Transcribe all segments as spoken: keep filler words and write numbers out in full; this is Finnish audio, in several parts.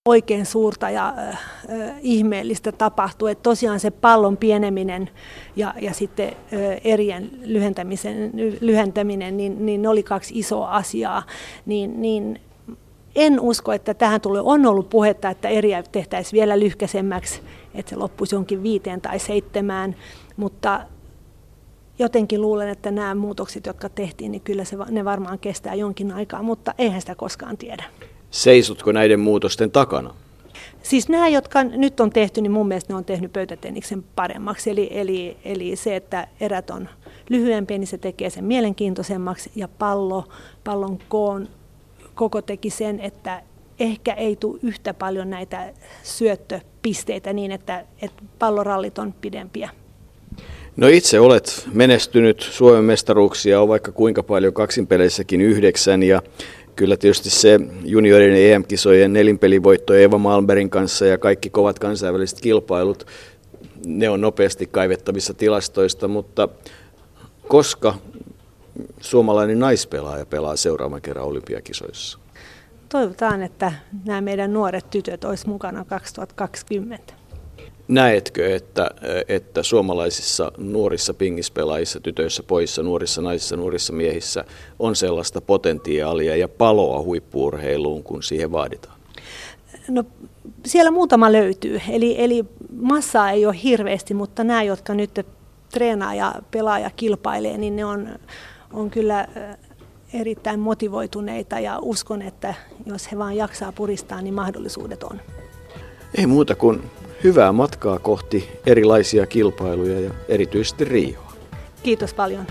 oikein suurta ja äh, ihmeellistä tapahtui. Että tosiaan se pallon pieneminen ja, ja sitten äh, erien lyhentämisen, lyhentäminen, niin, niin ne oli kaksi isoa asiaa. Niin, niin en usko, että tähän tulee. On ollut puhetta, että eriä tehtäisiin vielä lyhkäisemmäksi, että se loppuisi jonkin viiteen tai seitsemään, mutta jotenkin luulen, että nämä muutokset, jotka tehtiin, niin kyllä se, ne varmaan kestää jonkin aikaa, mutta eihän sitä koskaan tiedä. Seisotko näiden muutosten takana? Siis nämä, jotka nyt on tehty, niin mun mielestä ne on tehnyt pöytätenniksen paremmaksi. Eli, eli, eli se, että erät on lyhyempiä, niin se tekee sen mielenkiintoisemmaksi. Ja pallo, pallon koon koko teki sen, että ehkä ei tule yhtä paljon näitä syöttöpisteitä niin, että, että pallorallit on pidempiä. No itse olet menestynyt, Suomen mestaruuksia on vaikka kuinka paljon, kaksinpeleissäkin yhdeksän, ja kyllä tietysti se juniorin E M-kisojen nelinpelivoitto Eeva Malmbergin kanssa ja kaikki kovat kansainväliset kilpailut, ne on nopeasti kaivettavissa tilastoista, mutta koska suomalainen naispelaaja pelaa seuraavan kerran olympiakisoissa? Toivotaan, että nämä meidän nuoret tytöt olisi mukana kaksituhattakaksikymmentä. Näetkö, että, että suomalaisissa nuorissa pingispelaajissa, tytöissä, pojissa, nuorissa naisissa, nuorissa miehissä on sellaista potentiaalia ja paloa huippu-urheiluun, kun siihen vaaditaan? No, siellä muutama löytyy. Eli, eli massaa ei ole hirveästi, mutta nämä, jotka nyt treenaa ja pelaa ja kilpailee, niin ne on, on kyllä erittäin motivoituneita ja uskon, että jos he vaan jaksaa puristaa, niin mahdollisuudet on. Ei muuta kuin hyvää matkaa kohti erilaisia kilpailuja ja erityisesti Rioa. Kiitos paljon.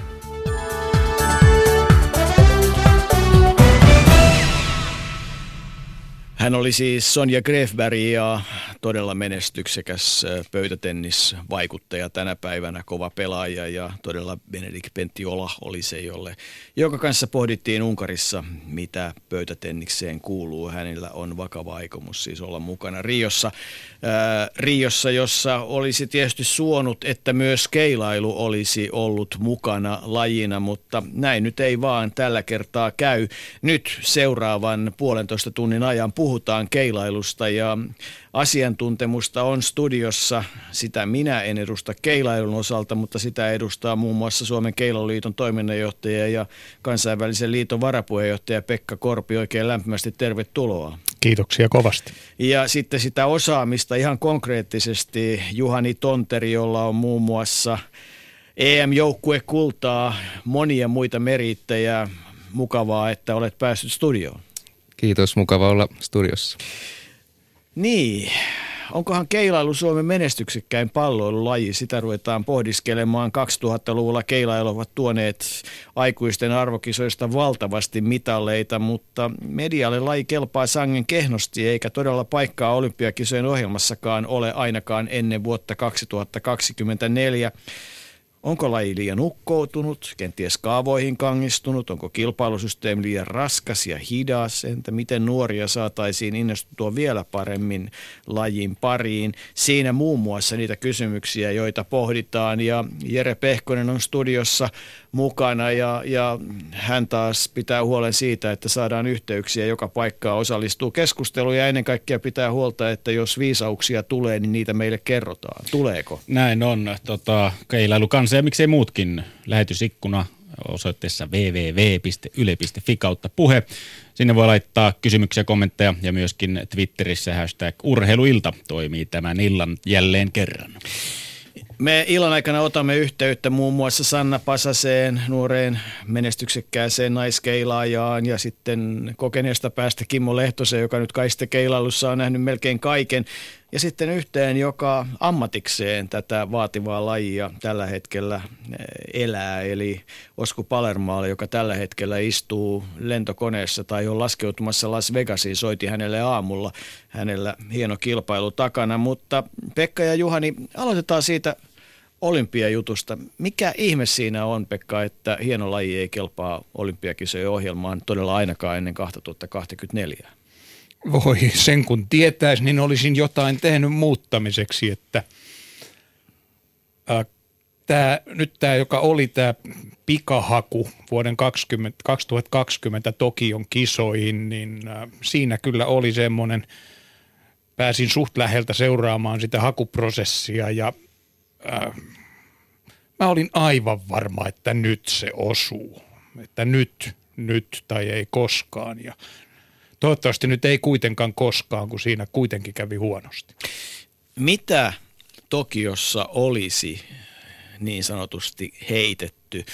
Hän oli siis Sonja Grefberg ja todella menestyksekäs pöytätennisvaikuttaja tänä päivänä, kova pelaaja, ja todella Benedikt Pentiola oli se, jolle, jonka kanssa pohdittiin Unkarissa, mitä pöytätennikseen kuuluu. Hänellä on vakava aikomus siis olla mukana Riossa, ää, Riossa, jossa olisi tietysti suonut, että myös keilailu olisi ollut mukana lajina, mutta näin nyt ei vaan tällä kertaa käy. Nyt seuraavan puolentoista tunnin ajan puhutaan keilailusta ja asiantuntemusta on studiossa. Sitä minä en edusta keilailun osalta, mutta sitä edustaa muun muassa Suomen Keilailuliiton toiminnanjohtaja ja kansainvälisen liiton varapuheenjohtaja Pekka Korpi. Oikein lämpimästi tervetuloa. Kiitoksia kovasti. Ja sitten sitä osaamista ihan konkreettisesti Juhani Tonteri, jolla on muun muassa E M-joukkuekultaa, monia muita meriittejä. Mukavaa, että olet päässyt studioon. Kiitos, mukava olla studiossa. Niin, onkohan keilailu Suomen menestyksekkäin palloilulaji? Sitä ruvetaan pohdiskelemaan. kaksituhattaluvulla keilailu ovat tuoneet aikuisten arvokisoista valtavasti mitalleita, mutta medialle laji kelpaa sangen kehnosti, eikä todella paikkaa olympiakisojen ohjelmassakaan ole ainakaan ennen vuotta kaksituhattakaksikymmentäneljä. Onko laji liian ukkoutunut, kenties kaavoihin kangistunut, onko kilpailusysteemi liian raskas ja hidas, entä miten nuoria saataisiin innostuttua vielä paremmin lajin pariin? Siinä muun muassa niitä kysymyksiä, joita pohditaan, ja Jere Pehkonen on studiossa mukana ja, ja hän taas pitää huolen siitä, että saadaan yhteyksiä joka paikkaan, osallistuu keskusteluun ja ennen kaikkea pitää huolta, että jos viisauksia tulee, niin niitä meille kerrotaan. Tuleeko? Näin on. Tota, keilailukansa ja miksei muutkin, lähetysikkuna osoitteessa double-u double-u double-u piste yle piste fi kautta puhe. Sinne voi laittaa kysymyksiä, kommentteja ja myöskin Twitterissä hashtag urheiluilta toimii tämän illan jälleen kerran. Me illan aikana otamme yhteyttä muun muassa Sanna Pasaseen, nuoreen menestyksekkääseen naiskeilaajaan, ja sitten kokeneesta päästä Kimmo Lehtoseen, joka nyt kai sitten keilailussa on nähnyt melkein kaiken. Ja sitten yhteen, joka ammatikseen tätä vaativaa lajia tällä hetkellä elää, eli Osku Palermaalle, joka tällä hetkellä istuu lentokoneessa tai on laskeutumassa Las Vegasiin. Soitin hänelle aamulla, hänellä hieno kilpailu takana. Mutta Pekka ja Juhani, aloitetaan siitä olympiajutusta. Mikä ihme siinä on, Pekka, että hieno laji ei kelpaa olympiakisojen ohjelmaan todella ainakaan ennen kaksituhattakaksikymmentäneljä? Voi, sen kun tietäisi, niin olisin jotain tehnyt muuttamiseksi, että ää, tää, nyt tämä, joka oli tämä pikahaku vuoden kaksituhattakaksikymmentä Tokion kisoihin, niin ää, siinä kyllä oli semmoinen pääsin suht läheltä seuraamaan sitä hakuprosessia ja äh, mä olin aivan varma, että nyt se osuu, että nyt, nyt tai ei koskaan ja toivottavasti nyt ei kuitenkaan koskaan, kun siinä kuitenkin kävi huonosti. Mitä Tokiossa olisi niin sanotusti heitetty,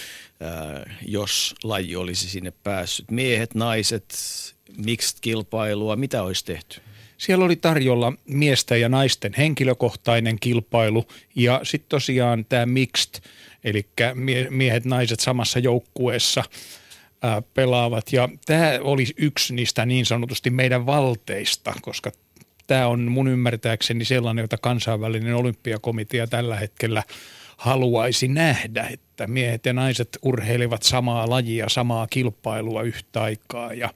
jos laji olisi sinne päässyt? Miehet, naiset, mixed-kilpailua, mitä olisi tehty? Siellä oli tarjolla miesten ja naisten henkilökohtainen kilpailu ja sitten tosiaan tämä mixed, eli miehet, naiset samassa joukkueessa ää, pelaavat. Ja tämä oli yksi niistä niin sanotusti meidän valteista, koska tämä on mun ymmärtääkseni sellainen, jota kansainvälinen olympiakomitea tällä hetkellä haluaisi nähdä, että miehet ja naiset urheilevat samaa lajia, samaa kilpailua yhtä aikaa ja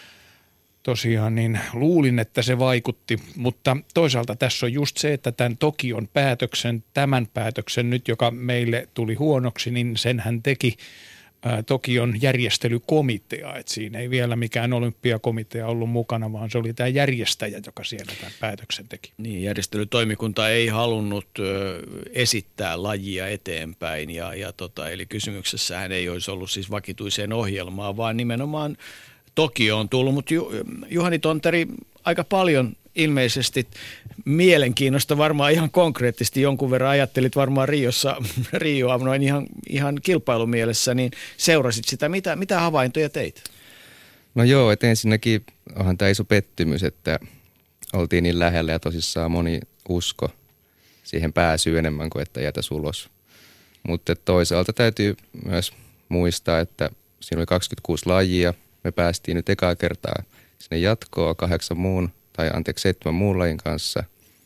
tosiaan niin luulin, että se vaikutti, mutta toisaalta tässä on just se, että tämän Tokion päätöksen, tämän päätöksen nyt, joka meille tuli huonoksi, niin sen hän teki ää, Tokion järjestelykomitea, että siinä ei vielä mikään olympiakomitea ollut mukana, vaan se oli tämä järjestäjä, joka siellä tämän päätöksen teki. Niin, järjestelytoimikunta ei halunnut ö, esittää lajia eteenpäin, ja, ja tota, eli kysymyksessähän ei olisi ollut siis vakituiseen ohjelmaan, vaan nimenomaan Tokio on tullut, mutta Juhani Tonteri, aika paljon ilmeisesti mielenkiinnosta varmaan ihan konkreettisesti jonkun verran ajattelit varmaan Riossa, Rioa noin ihan, ihan kilpailumielessä, niin seurasit sitä. Mitä, mitä havaintoja teit? No joo, että ensinnäkin onhan tämä iso pettymys, että oltiin niin lähellä ja tosissaan moni usko siihen pääsyy enemmän kuin että jätäisi ulos. Mutta toisaalta täytyy myös muistaa, että siinä oli kaksikymmentäkuusi lajia. Me päästiin nyt ekaa kertaa sinne jatkoon kahdeksan muun, tai anteeksi seitsemän muun lajin kanssa.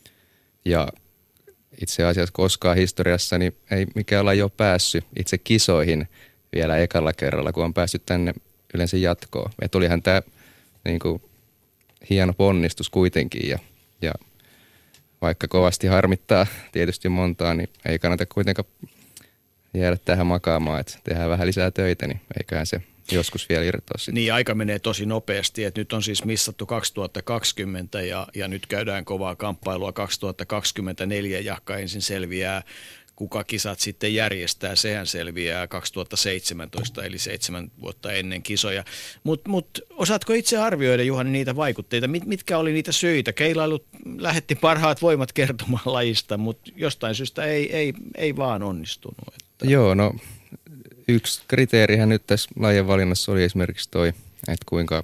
Ja itse asiassa koskaan historiassa niin ei mikään laji ole päässyt itse kisoihin vielä ekalla kerralla, kun on päässyt tänne yleensä jatkoon. Että olihan tämä niin kuin hieno ponnistus kuitenkin. Ja, ja vaikka kovasti harmittaa tietysti montaa, niin ei kannata kuitenkaan jäädä tähän makaamaan, että tehdään vähän lisää töitä, niin eiköhän se joskus vielä irtoa sitten. Niin, aika menee tosi nopeasti, että nyt on siis missattu kaksituhattakaksikymmentä ja, ja nyt käydään kovaa kamppailua kaksituhattakaksikymmentäneljä, jahka ensin selviää, kuka kisat sitten järjestää, sehän selviää kaksituhattaseitsemäntoista, eli seitsemän vuotta ennen kisoja. Mutta mut, osaatko itse arvioida, Juhani, niitä vaikutteita? Mit, mitkä oli niitä syitä? Keilailu lähetti parhaat voimat kertomaan lajista, mutta jostain syystä ei, ei, ei vaan onnistunut. Että. Joo, no yksi kriteerihän nyt tässä lajien valinnassa oli esimerkiksi toi, että kuinka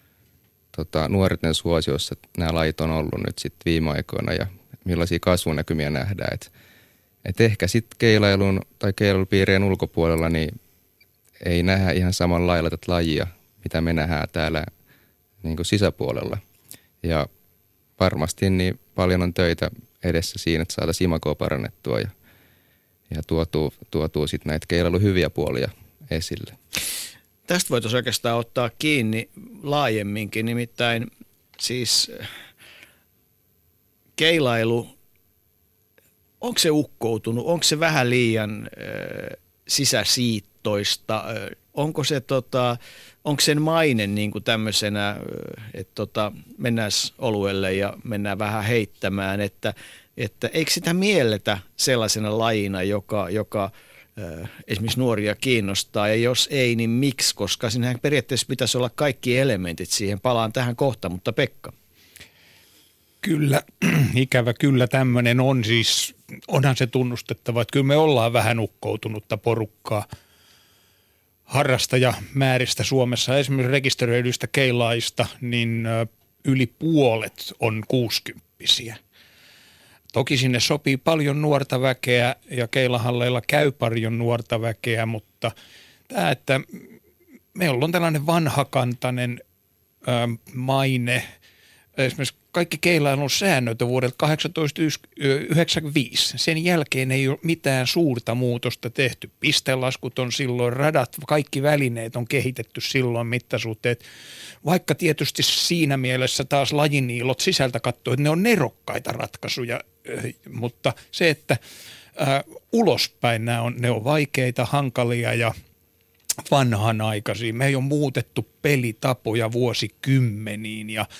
tota, nuorten suosiossa nämä lajit on ollut nyt sitten viime aikoina ja millaisia kasvunäkymiä nähdään. Että et ehkä sitten keilailun tai keilailupiirien ulkopuolella niin ei nähdä ihan saman lailla tätä lajia, mitä me nähdään täällä niin kuin sisäpuolella. Ja varmasti niin paljon on töitä edessä siinä, että saataisiin imagoa parannettua ja Ja tuotuu, tuotuu sitten näitä keilailun hyviä puolia esille. Tästä voitaisiin oikeastaan ottaa kiinni laajemminkin, nimittäin siis keilailu, onko se ukkoutunut, onko se vähän liian äh, sisäsiittoista, äh, onko se tota, onko sen maine niin kuin tämmöisenä, äh, että tota, mennään oluelle ja mennään vähän heittämään, että Että eikö sitä mielletä sellaisena lajina, joka, joka äh, esimerkiksi nuoria kiinnostaa, ja jos ei, niin miksi? Koska siinähän periaatteessa pitäisi olla kaikki elementit siihen. Palaan tähän kohta, mutta Pekka. Kyllä, ikävä kyllä tämmöinen on siis, onhan se tunnustettava, että kyllä me ollaan vähän ukkoutunutta porukkaa harrastajamääristä Suomessa. Esimerkiksi rekisteröidyistä keilaista, niin yli puolet on kuusikymppisiä. Toki sinne sopii paljon nuorta väkeä ja keilahalleilla käy paljon nuorta väkeä, mutta tämä, että meillä on tällainen vanhakantainen ö, maine. Esimerkiksi kaikki keilailun säännöt on vuodelta tuhatyhdeksänsataayhdeksänkymmentäviisi. Sen jälkeen ei ole mitään suurta muutosta tehty. Pistelaskut on silloin, radat, kaikki välineet on kehitetty silloin mittasuhteet. Vaikka tietysti siinä mielessä taas lajiniilot sisältä katsoo, että ne on nerokkaita ratkaisuja, mutta se, että ää, ulospäin nämä on, ne on vaikeita, hankalia ja vanhanaikaisia. Me ei ole muutettu pelitapoja vuosikymmeniin ja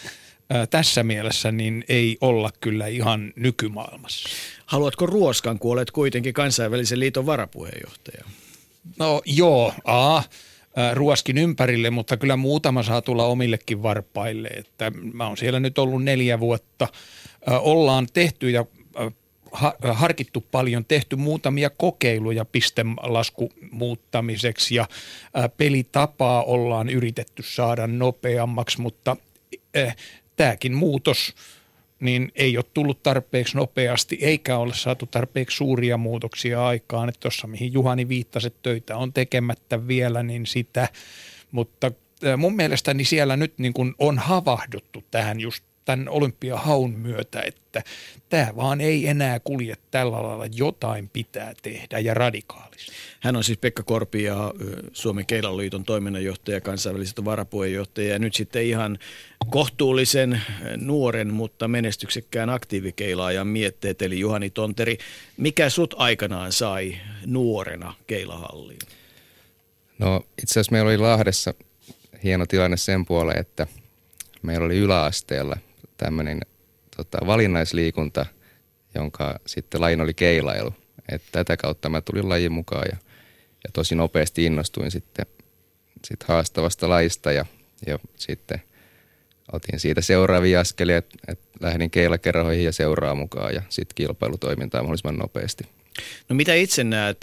ää, tässä mielessä niin ei olla kyllä ihan nykymaailmassa. Haluatko ruoskan, kun olet kuitenkin kansainvälisen liiton varapuheenjohtaja? No joo, a, ää, ruoskin ympärille, mutta kyllä muutama saa tulla omillekin varpaille. Että mä oon siellä nyt ollut neljä vuotta. Ää, ollaan tehty ja ää, harkittu paljon, tehty muutamia kokeiluja pistelasku muuttamiseksi ja ää, pelitapaa ollaan yritetty saada nopeammaksi, mutta äh, tämäkin muutos niin ei ole tullut tarpeeksi nopeasti eikä ole saatu tarpeeksi suuria muutoksia aikaan. Että tuossa mihin Juhani viittasi, että töitä on tekemättä vielä, niin sitä, mutta äh, mun mielestäni siellä nyt niin kuin on havahduttu tähän just tämän olympiahaun myötä, että tämä vaan ei enää kulje tällä lailla, jotain pitää tehdä ja radikaalisti. Hän on siis Pekka Korpi ja Suomen Keilailuliiton toiminnanjohtaja, kansainvälisestä varapuheenjohtaja ja nyt sitten ihan kohtuullisen nuoren, mutta menestyksekkään aktiivikeilaajan mietteet, eli Juhani Tonteri. Mikä sut aikanaan sai nuorena keilahalliin? No itse asiassa meillä oli Lahdessa hieno tilanne sen puoleen, että meillä oli yläasteella tämmöinen tota, valinnaisliikunta, jonka sitten lajin oli keilailu. Että tätä kautta mä tulin lajin mukaan ja, ja tosi nopeasti innostuin sitten sit haastavasta lajista ja, ja sitten otin siitä seuraavia askelia, että et lähdin keilakerhoihin ja seuraa mukaan ja sitten kilpailutoimintaan mahdollisimman nopeasti. No mitä itse näet,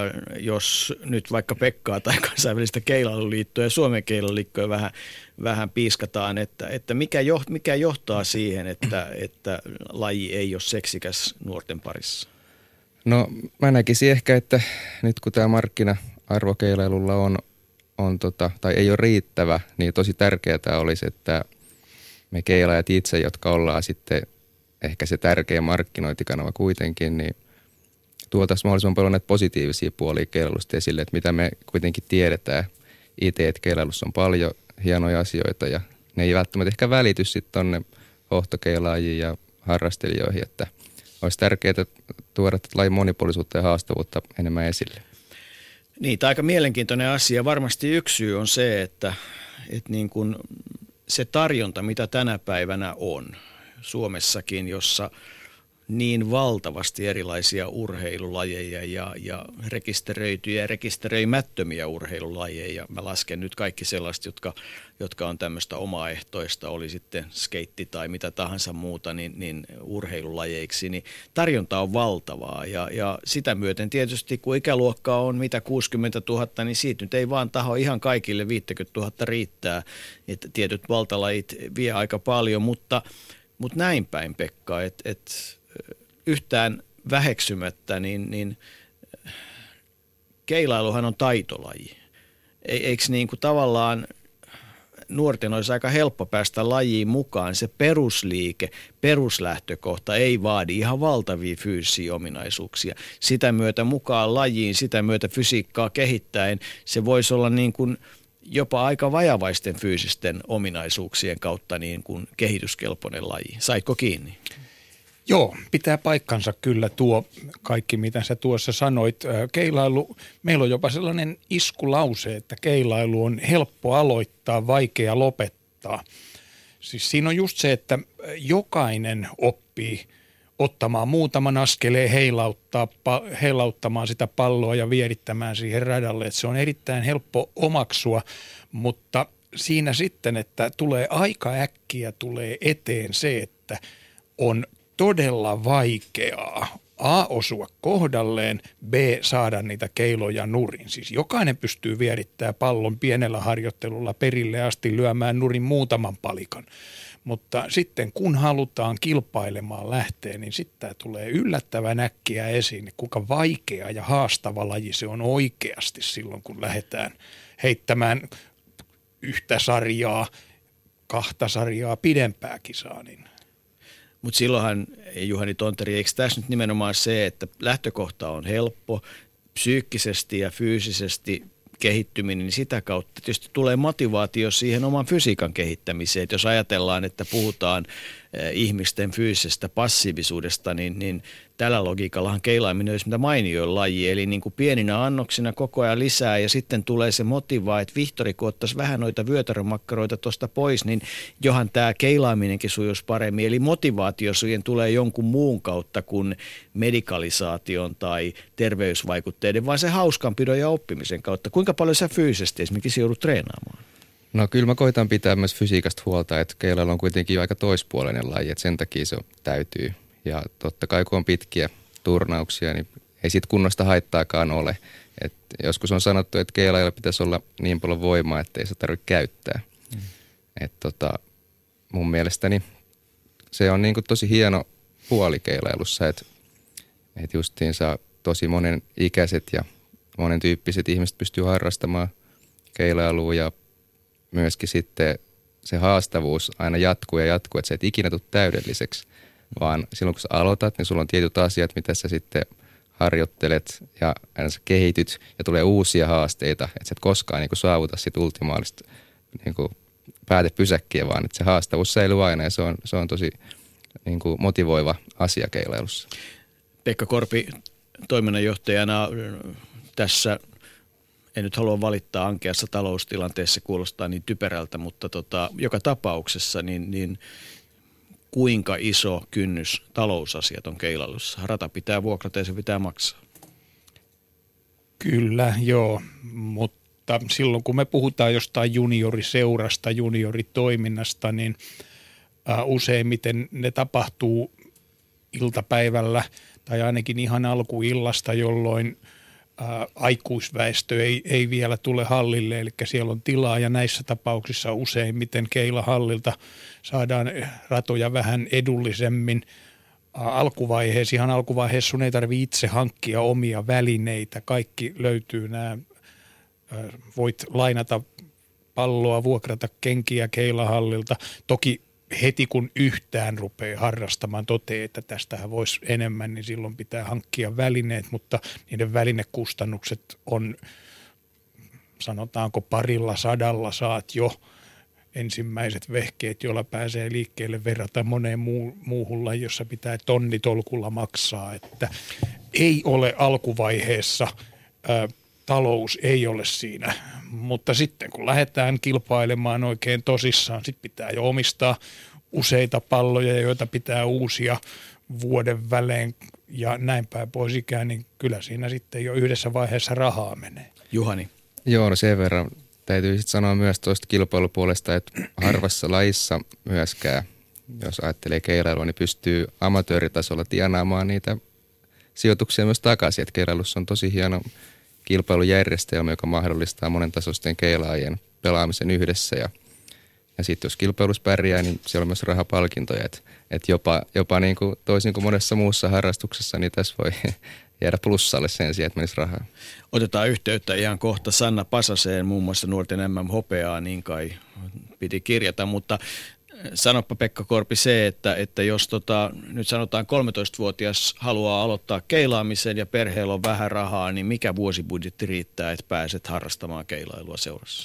jos nyt vaikka Pekkaa tai kansainvälistä keilailuliittoa ja Suomen keilailuliittoa vähän, vähän piiskataan, että, että mikä, joht, mikä johtaa siihen, että, että laji ei ole seksikäs nuorten parissa? No mä näkisin ehkä, että nyt kun tämä markkina arvokeilailulla on, on tota, tai ei ole riittävä, niin tosi tärkeää olisi, että me keilaajat itse, jotka ollaan sitten ehkä se tärkeä markkinointikanava kuitenkin, niin tuotaisiin mahdollisimman paljon näitä positiivisia puolia keilailusta esille, että mitä me kuitenkin tiedetään itse, että keilailussa on paljon hienoja asioita ja ne ei välttämättä ehkä välity sitten tuonne hohtokeilaajiin ja harrastelijoihin, että olisi tärkeää tuoda lajin monipuolisuutta ja haastavuutta enemmän esille. Niin, tämä aika mielenkiintoinen asia. Varmasti yksi syy on se, että, että niin kuin se tarjonta, mitä tänä päivänä on Suomessakin, jossa niin valtavasti erilaisia urheilulajeja ja, ja rekisteröityjä ja rekisteröimättömiä urheilulajeja. Mä lasken nyt kaikki sellaiset, jotka, jotka on tämmöistä omaehtoista, oli sitten skeitti tai mitä tahansa muuta, niin, niin urheilulajeiksi. Niin tarjonta on valtavaa ja, ja sitä myöten tietysti, kun ikäluokka on mitä kuusikymmentätuhatta, niin siitä nyt ei vaan taho ihan kaikille viisikymmentätuhatta riittää. Että tietyt valtalajit vie aika paljon, mutta, mutta näin päin Pekka, että et, yhtään väheksymättä, niin, niin keilailuhan on taitolaji. E, eikö niin kuin tavallaan nuorten olisi aika helppo päästä lajiin mukaan. Se perusliike, peruslähtökohta ei vaadi ihan valtavia fyysisiä ominaisuuksia. Sitä myötä mukaan lajiin, sitä myötä fysiikkaa kehittäen se voisi olla niin kuin jopa aika vajavaisten fyysisten ominaisuuksien kautta niin kuin kehityskelpoinen laji. Saitko kiinni? Joo, pitää paikkansa kyllä tuo kaikki, mitä sä tuossa sanoit. Keilailu, meillä on jopa sellainen iskulause, että keilailu on helppo aloittaa, vaikea lopettaa. Siis siinä on just se, että jokainen oppii ottamaan muutaman askeleen, heilauttaa, heilauttamaan sitä palloa ja vierittämään siihen radalle. Että se on erittäin helppo omaksua, mutta siinä sitten, että tulee aika äkkiä tulee eteen se, että on todella vaikeaa A, osua kohdalleen, B, saada niitä keiloja nurin. Siis jokainen pystyy vierittämään pallon pienellä harjoittelulla perille asti lyömään nurin muutaman palikan. Mutta sitten kun halutaan kilpailemaan lähteä, niin sitten tämä tulee yllättävän äkkiä esiin, kuinka vaikea ja haastava laji se on oikeasti silloin, kun lähdetään heittämään yhtä sarjaa, kahta sarjaa pidempää kisaa, niin mutta silloinhan, Juhani Tonteri, eikö tässä nyt nimenomaan se, että lähtökohta on helppo, psyykkisesti ja fyysisesti kehittyminen, niin sitä kautta tietysti tulee motivaatio siihen oman fysiikan kehittämiseen. Et jos ajatellaan, että puhutaan ihmisten fyysisestä passiivisuudesta, niin, niin tällä logiikallahan keilaaminen olisi mitä mainioin laji, eli niin kuin pieninä annoksina koko ajan lisää ja sitten tulee se motivaa, että Vihtori kun ottaisi vähän noita vyötärömakkaroita tuosta pois, niin johan tämä keilaaminenkin sujuisi paremmin, eli motivaatiosujen tulee jonkun muun kautta kuin medikalisaation tai terveysvaikutteiden, vaan se hauskanpidon ja oppimisen kautta. Kuinka paljon sä fyysisesti esimerkiksi joudut treenaamaan? No kyllä mä koitan pitää myös fysiikasta huolta, että keilailu on kuitenkin aika toispuolinen laji, että sen takia se täytyy. Ja totta kai kun on pitkiä turnauksia, niin ei siitä kunnosta haittaakaan ole. Et joskus on sanottu, että keilailulla pitäisi olla niin paljon voimaa, että ei se tarvitse käyttää. Mm. Et tota, mun mielestäni se on niinku tosi hieno puoli keilailussa, että et justiinsa tosi monen ikäiset ja monen tyyppiset ihmiset pystyy harrastamaan keilailua ja myöskin sitten se haastavuus aina jatkuu ja jatkuu, että sä et ikinä tule täydelliseksi, vaan silloin kun sä aloitat, niin sulla on tietyt asiat, mitä sä sitten harjoittelet ja aina sä kehityt ja tulee uusia haasteita, että sä et koskaan niin kuin saavuta sit ultimaalista niin kuin päätepysäkkiä, vaan että se haastavuus säilyy aina ja se on, se on tosi niin kuin motivoiva asia keilailussa. Pekka Korpi toiminnanjohtajana tässä, en nyt halua valittaa ankeassa taloustilanteessa, kuulostaa niin typerältä, mutta tota, joka tapauksessa niin, niin kuinka iso kynnys talousasiat on keilailussa? Rata pitää vuokrata ja se pitää maksaa. Kyllä, joo, mutta silloin kun me puhutaan jostain junioriseurasta, junioritoiminnasta, niin äh, useimmiten ne tapahtuu iltapäivällä tai ainakin ihan alkuillasta, jolloin ä, aikuisväestö ei, ei vielä tule hallille, eli siellä on tilaa ja näissä tapauksissa useimmiten keilahallilta saadaan ratoja vähän edullisemmin. Ä, alkuvaiheessa, ihan alkuvaiheessa sun ei tarvitse itse hankkia omia välineitä, kaikki löytyy nämä, ä, voit lainata palloa, vuokrata kenkiä keilahallilta, toki heti kun yhtään rupeaa harrastamaan, toteaa, että tästähän voisi enemmän, niin silloin pitää hankkia välineet, mutta niiden välinekustannukset on, sanotaanko parilla sadalla saat jo ensimmäiset vehkeet, joilla pääsee liikkeelle verrata moneen muu, muuhun lajiin, jossa pitää tonnitolkulla maksaa, että ei ole alkuvaiheessa, ä, talous ei ole siinä, mutta sitten kun lähdetään kilpailemaan oikein tosissaan, sitten pitää jo omistaa useita palloja, joita pitää uusia vuoden välein ja näin päin pois ikään, niin kyllä siinä sitten jo yhdessä vaiheessa rahaa menee. Juhani. Joo, no sen verran täytyy sitten sanoa myös tuosta kilpailupuolesta, että harvassa lajissa myöskään, jos ajattelee keilailua, niin pystyy amatööritasolla tienaamaan niitä sijoituksia myös takaisin. Että keilailussa on tosi hieno kilpailujärjestelmä, joka mahdollistaa monentasoisten keilaajien pelaamisen yhdessä ja, ja sitten jos kilpailussa pärjää, niin siellä on myös rahapalkintoja, että et jopa, jopa niin kuin, toisin kuin monessa muussa harrastuksessa, niin tässä voi jäädä plussalle sen sijaan, että menisi rahaa. Otetaan yhteyttä ihan kohta Sanna Pasaseen, muun muassa nuorten M M-hopeaa, niin kai piti kirjata, mutta sanoppa Pekka Korpi se, että, että jos tota, nyt sanotaan kolmetoistavuotias haluaa aloittaa keilaamisen ja perheellä on vähän rahaa, niin mikä vuosibudjetti riittää, että pääset harrastamaan keilailua seurassa?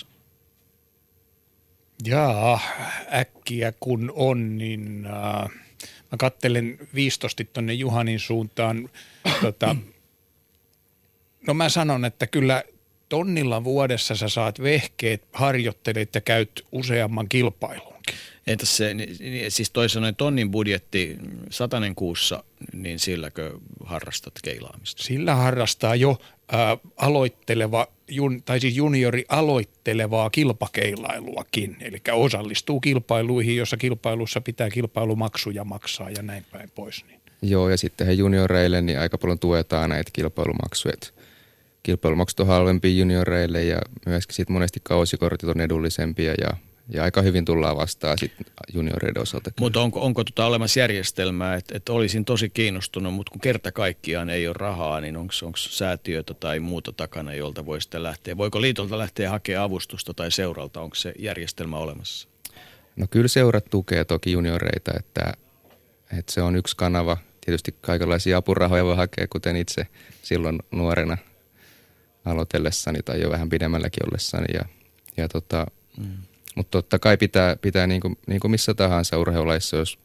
Jaa, äkkiä kun on, niin äh, mä katselen viistosti tuonne Juhanin suuntaan. tota, no mä sanon, että kyllä tonnilla vuodessa sä saat vehkeet, harjoittelet ja käyt useamman kilpailun. Entäs se, siis toisin sanoen tonnin budjetti satanen kuussa, niin silläkö harrastat keilaamista? Sillä harrastaa jo ää, aloitteleva, jun, tai siis juniori aloittelevaa kilpakeilailuakin. Eli osallistuu kilpailuihin, jossa kilpailussa pitää kilpailumaksuja maksaa ja näin päin pois. Niin. Joo, ja sitten junioreille niin aika paljon tuetaan näitä kilpailumaksuja. Kilpailumaksut on halvempia junioreille ja myöskin sit monesti kausikortit on edullisempia ja Ja aika hyvin tullaan vastaan sitten junioreiden osalta. Mutta onko, onko tota olemassa järjestelmää, että et olisin tosi kiinnostunut, mutta kun kerta kaikkiaan ei ole rahaa, niin onko säätiötä tai muuta takana, jolta voi sitten lähteä? Voiko liitolta lähteä hakemaan avustusta tai seuralta? Onko se järjestelmä olemassa? No kyllä seurat tukee toki junioreita, että, että se on yksi kanava. Tietysti kaikenlaisia apurahoja voi hakea, kuten itse silloin nuorena aloitellessani tai jo vähän pidemmälläkin ollessani. Ja, ja tota... Mm. Mutta totta kai pitää, pitää niin kuin, niin kuin missä tahansa urheilulajissa, jos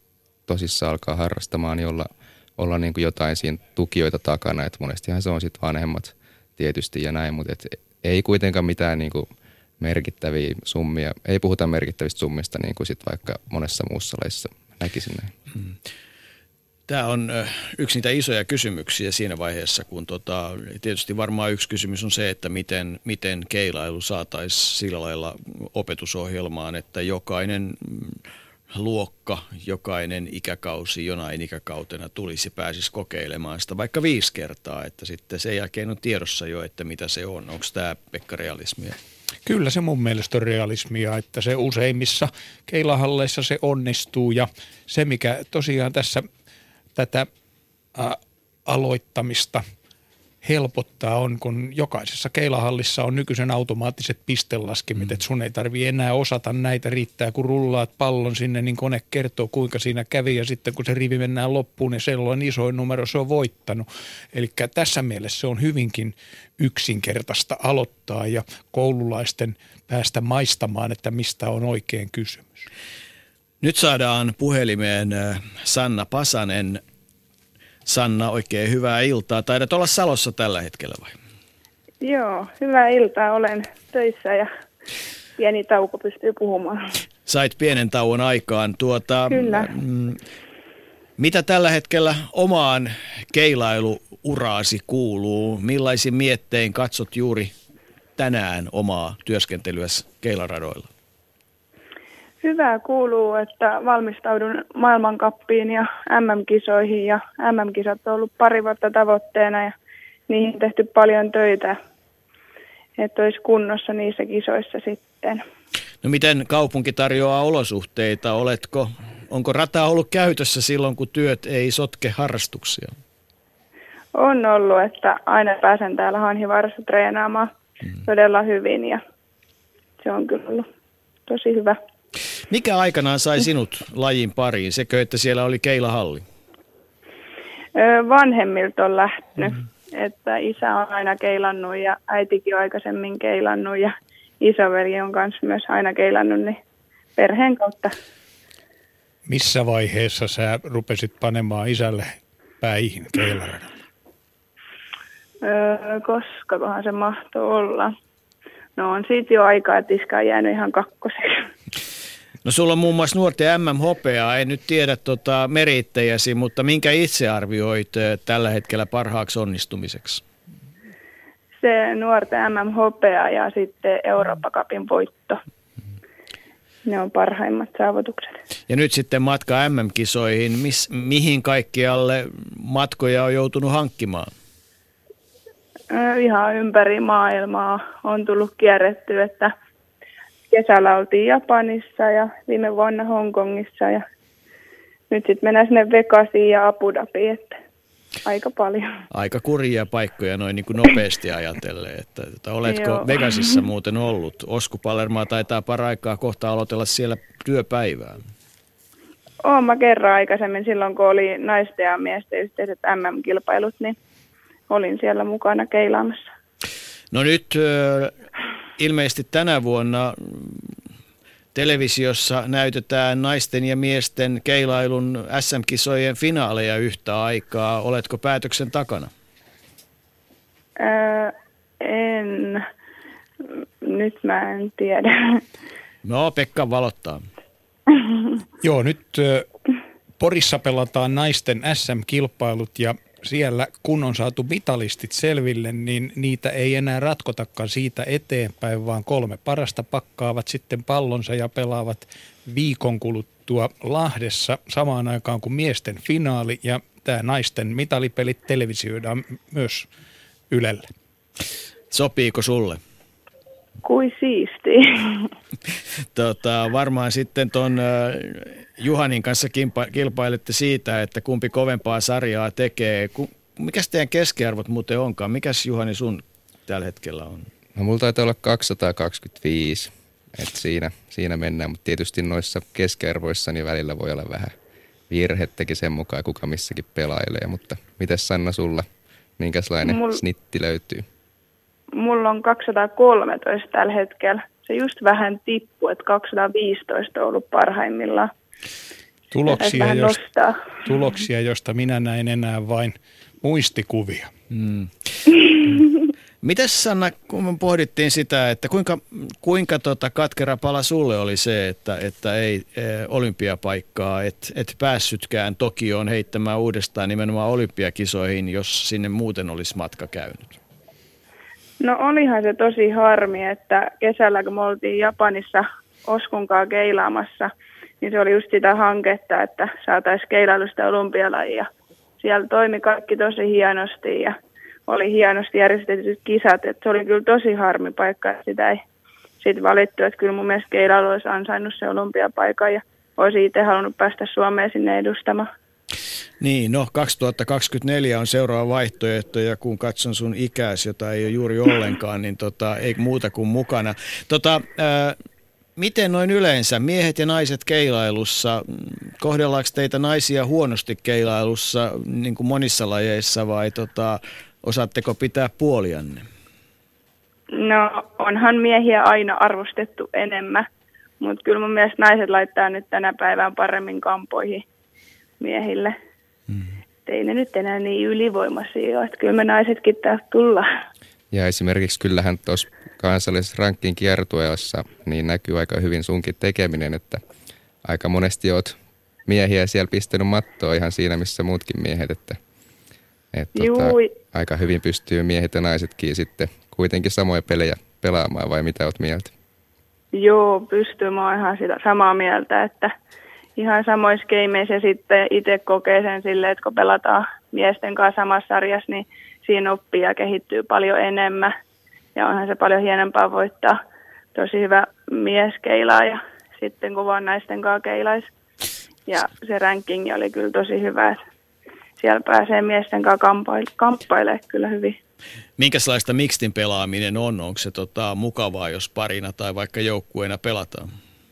tosissaan alkaa harrastamaan, niin olla, olla niin kuin jotain siinä tukijoita takana. Et monestihan se on sitten vanhemmat tietysti ja näin, mutta et ei kuitenkaan mitään niin kuin merkittäviä summia, ei puhuta merkittävistä summista niin kuin sit vaikka monessa muussa lajissa näkisin näin. Hmm. Tämä on yksi niitä isoja kysymyksiä siinä vaiheessa, kun tota, tietysti varmaan yksi kysymys on se, että miten, miten keilailu saataisiin sillä lailla opetusohjelmaan, että jokainen luokka, jokainen ikäkausi jonain ikäkautena tulisi ja pääsisi kokeilemaan sitä vaikka viisi kertaa, että sitten sen jälkeen on tiedossa jo, että mitä se on. Onko tämä, Pekka, realismia? Kyllä se mun mielestä on realismia, että se useimmissa keilahalleissa se onnistuu ja se mikä tosiaan tässä tätä ä, aloittamista helpottaa on, kun jokaisessa keilahallissa on nykyisen automaattiset pistelaskimet, mm. että sun ei tarvitse enää osata näitä, riittää kun rullaat pallon sinne, niin kone kertoo kuinka siinä kävi ja sitten kun se rivi mennään loppuun, niin silloin isoin numero se on voittanut. Eli tässä mielessä se on hyvinkin yksinkertaista aloittaa ja koululaisten päästä maistamaan, että mistä on oikein kysymys. Nyt saadaan puhelimeen Sanna Pasanen. Sanna, oikein hyvää iltaa. Taidat olla Salossa tällä hetkellä vai? Joo, hyvää iltaa. Olen töissä ja pieni tauko pystyy puhumaan. Sait pienen tauon aikaan. Tuota, Kyllä. Mm, mitä tällä hetkellä omaan keilailuuraasi kuuluu? Millaisin miettein katsot juuri tänään omaa työskentelyäsi keilaradoilla? Hyvää kuuluu, että valmistaudun maailmankappiin ja M M-kisoihin ja M M-kisat on ollut pari vuotta tavoitteena ja niihin tehty paljon töitä, että olisi kunnossa niissä kisoissa sitten. No miten kaupunki tarjoaa olosuhteita? Oletko, onko rata ollut käytössä silloin, kun työt ei sotke harrastuksia? On ollut, että aina pääsen täällä Hanhivaarassa treenaamaan hmm. todella hyvin ja se on kyllä ollut tosi hyvä. Mikä aikanaan sai sinut lajin pariin? Sekö, että siellä oli keilahalli? Öö, vanhemmilta on lähtenyt, mm-hmm. että isä on aina keilannut ja äitikin on aikaisemmin keilannut ja isoveli on kanssa myös aina keilannut, niin perheen kautta. Missä vaiheessa sä rupesit panemaan isälle päihin keilaradalla? Öö, koskakohan se mahtoi olla? No on siitä jo aikaa, että iskä on jäänyt ihan kakkoseksi. No sulla on muun muassa nuorten M M-hopeaa, en nyt tiedä tota merittäjäsi, mutta minkä itse arvioit tällä hetkellä parhaaksi onnistumiseksi? Se nuorten M M-hopea ja sitten Eurooppa-cupin voitto. Ne on parhaimmat saavutukset. Ja nyt sitten matka M M-kisoihin, Mis, mihin kaikkialle matkoja on joutunut hankkimaan? Ihan ympäri maailmaa on tullut kierretty, että kesällä oltiin Japanissa ja viime vuonna Hongkongissa ja nyt sitten mennään sinne Vegasiin ja Abu Dhabiin, että aika paljon. Aika kurjia paikkoja noin niin kuin nopeasti ajatellen, että, että oletko Joo. Vegasissa muuten ollut? Osku Palermaa taitaa paraikaa kohta aloitella siellä työpäivää. Olen mä kerran aikaisemmin silloin, kun oli naisten ja miesten yhteiset M M-kilpailut, niin olin siellä mukana keilaamassa. No nyt ilmeisesti tänä vuonna televisiossa näytetään naisten ja miesten keilailun S M-kisojen finaaleja yhtä aikaa. Oletko päätöksen takana? Öö, en. Nyt mä en tiedä. No, Pekka valottaa. Joo, nyt Porissa pelataan naisten S M-kilpailut ja siellä kun on saatu mitalistit selville, niin niitä ei enää ratkotakaan siitä eteenpäin, vaan kolme parasta pakkaavat sitten pallonsa ja pelaavat viikon kuluttua Lahdessa samaan aikaan kuin miesten finaali. Ja tämä naisten mitalipelit televisioidaan myös Ylelle. Sopiiko sulle? Kui siistiä. Tota, varmaan sitten ton Juhanin kanssa kimpa- kilpailette siitä, että kumpi kovempaa sarjaa tekee. Mikäs teidän keskiarvot muuten onkaan? Mikäs Juhani sun tällä hetkellä on? No mulla taitaa olla kaksisataakaksikymmentäviisi, että siinä, siinä mennään, mutta tietysti noissa keskiarvoissa niin välillä voi olla vähän virhettäkin sen mukaan, kuka missäkin pelailee, mutta mites Sanna sulla, minkälainen Mul... snitti löytyy? Mulla on kaksisataakolmetoista tällä hetkellä. Se just vähän tippui, että kaksisataaviisitoista on ollut parhaimmillaan. Tuloksia, jos, nostaa. tuloksia, josta minä näin enää vain muistikuvia. Mm. Mitäs Sanna, kun me pohdittiin sitä, että kuinka, kuinka tota katkera pala sulle oli se, että, että ei e, olympiapaikkaa, et, et päässytkään Tokioon heittämään uudestaan nimenomaan olympiakisoihin, jos sinne muuten olisi matka käynyt? No olihan se tosi harmi, että kesällä kun me oltiin Japanissa Oskunkaan keilaamassa, niin se oli just sitä hanketta, että saataisiin keilailusta olympialajia. Siellä toimi kaikki tosi hienosti ja oli hienosti järjestetyt kisat, että se oli kyllä tosi harmi paikka, että sitä ei sitten valittu, että kyllä mun mielestä keilailu olisi ansainnut se olympiapaikan ja olisi itse halunnut päästä Suomeen sinne edustamaan. Niin, no kaksituhattakaksikymmentäneljä on seuraava vaihtoehto ja kun katson sun ikäsi, jota ei ole juuri ollenkaan, niin tota, ei muuta kuin mukana. Tota, ää, miten noin yleensä miehet ja naiset keilailussa, kohdellaanko teitä naisia huonosti keilailussa niin kuin monissa lajeissa vai tota, osaatteko pitää puolianne? No onhan miehiä aina arvostettu enemmän, mutta kyllä mun mielestä naiset laittaa nyt tänä päivään paremmin kampoihin miehille. Mm. Ei ne nyt enää niin ylivoimaisia ole, että kyllä me naisetkin täältä tullaan. Ja esimerkiksi kyllähän tuossa kansallisessa rankin kiertueessa niin näkyy aika hyvin sunkin tekeminen, että aika monesti oot miehiä siellä pistänyt mattoa ihan siinä, missä muutkin miehet, että, että tota, aika hyvin pystyy miehet ja naisetkin sitten kuitenkin samoja pelejä pelaamaan, vai mitä oot mieltä? Joo, pystyy. Mä oon ihan sitä samaa mieltä, että ihan samoissa keimeissä sitten itse kokee sen silleen, että kun pelataan miesten kanssa samassa sarjassa, niin siinä oppii ja kehittyy paljon enemmän. Ja onhan se paljon hienompaa voittaa tosi hyvä mies keilaa ja sitten kun vaan naisten kanssa keilais. Ja se rankingi oli kyllä tosi hyvä, että siellä pääsee miesten kanssa kamppaile- kamppailemaan kyllä hyvin. Minkälaista mikstin pelaaminen on? Onko se tota, mukavaa, jos parina tai vaikka joukkueena pelataan?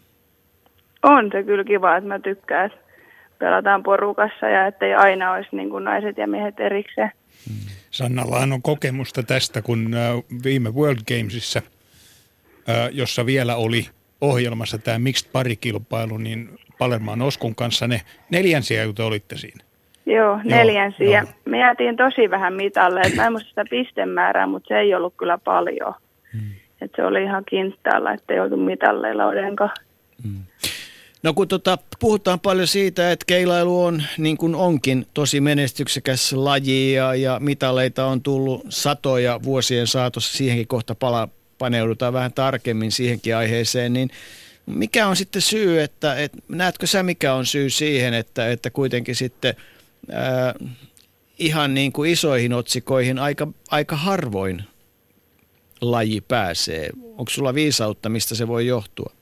On se kyllä kiva, että mä tykkään, että pelataan porukassa ja ettei aina olisi niin kuin naiset ja miehet erikseen. Sannallahan on kokemusta tästä, kun viime World Gamesissa, jossa vielä oli ohjelmassa tämä mixed parikilpailu, niin Palermaan Oskun kanssa ne neljänsiä, joita olitte siinä. Joo, neljänsiä. Me jäätiin tosi vähän mitalle. Mä en muista sitä pistemäärää, mutta se ei ollut kyllä paljon. Hmm. Et se oli ihan kinttaalla, ettei oltu mitalleilla ollenkaan. Hmm. No kun tota, puhutaan paljon siitä, että keilailu on niin kuin onkin tosi menestyksekäs laji ja, ja mitaleita on tullut satoja vuosien saatossa, siihenkin kohta pala, paneudutaan vähän tarkemmin siihenkin aiheeseen, niin mikä on sitten syy, että, että näetkö sä mikä on syy siihen, että, että kuitenkin sitten ää, ihan niin kuin isoihin otsikoihin aika, aika harvoin laji pääsee? Onko sulla viisautta, mistä se voi johtua?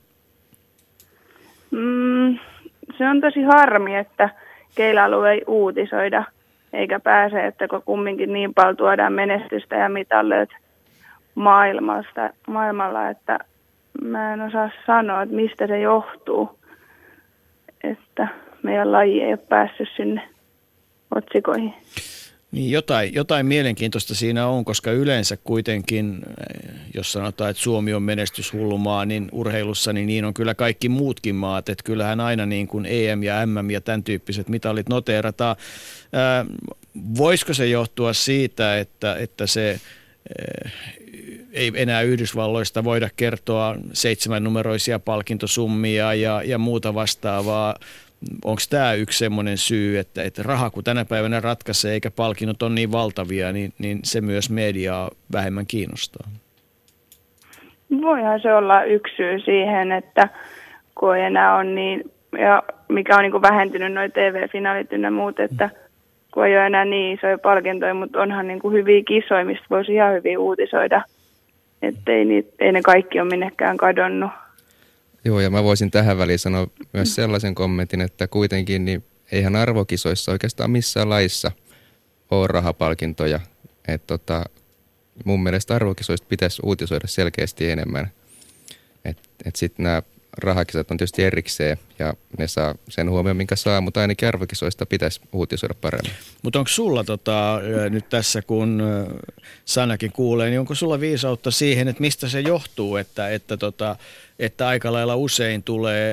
Mm, se on tosi harmi, että keilailu ei uutisoida eikä pääse, että kun kumminkin niin paljon tuodaan menestystä ja mitalleet maailmasta, maailmalla, että mä en osaa sanoa, että mistä se johtuu, että meidän laji ei ole päässyt sinne otsikoihin. Niin jotain, jotain mielenkiintoista siinä on, koska yleensä kuitenkin, jos sanotaan, että Suomi on menestyshullumaa, niin urheilussa niin, niin on kyllä kaikki muutkin maat. Että kyllähän aina niin kuin E M ja M M ja tämän tyyppiset mitalit noteerataan. Ää, voisiko se johtua siitä, että, että se ää, ei enää Yhdysvalloista voida kertoa seitsemännumeroisia palkintosummia ja, ja muuta vastaavaa? Onko tämä yksi semmoinen syy, että, että raha kun tänä päivänä ratkaisee eikä palkinnot on niin valtavia, niin, niin se myös mediaa vähemmän kiinnostaa? Voihan se olla yksi syy siihen, että kun ei enää on niin, ja mikä on niin kuin vähentynyt nuo T V-finaalit ynnä muut, että kun ei ole enää niin isoja palkintoja, mutta onhan niin kuin hyviä kisoja, mistä voisi ihan hyvin uutisoida, että ei, niitä, ei ne kaikki ole minnekään kadonnut. Joo, ja mä voisin tähän väliin sanoa myös sellaisen kommentin, että kuitenkin niin eihän arvokisoissa oikeastaan missään laissa ole rahapalkintoja. Että tota, mun mielestä arvokisoista pitäisi uutisoida selkeästi enemmän. Että et sitten nämä rahakisat on tietysti erikseen ja ne saa sen huomioon, minkä saa, mutta ainakin arvokisoista pitäisi uutisoida paremmin. Mutta onko sulla tota, nyt tässä, kun Sannakin kuulee, niin onko sulla viisautta siihen, että mistä se johtuu, että, että, tota, että aika lailla usein tulee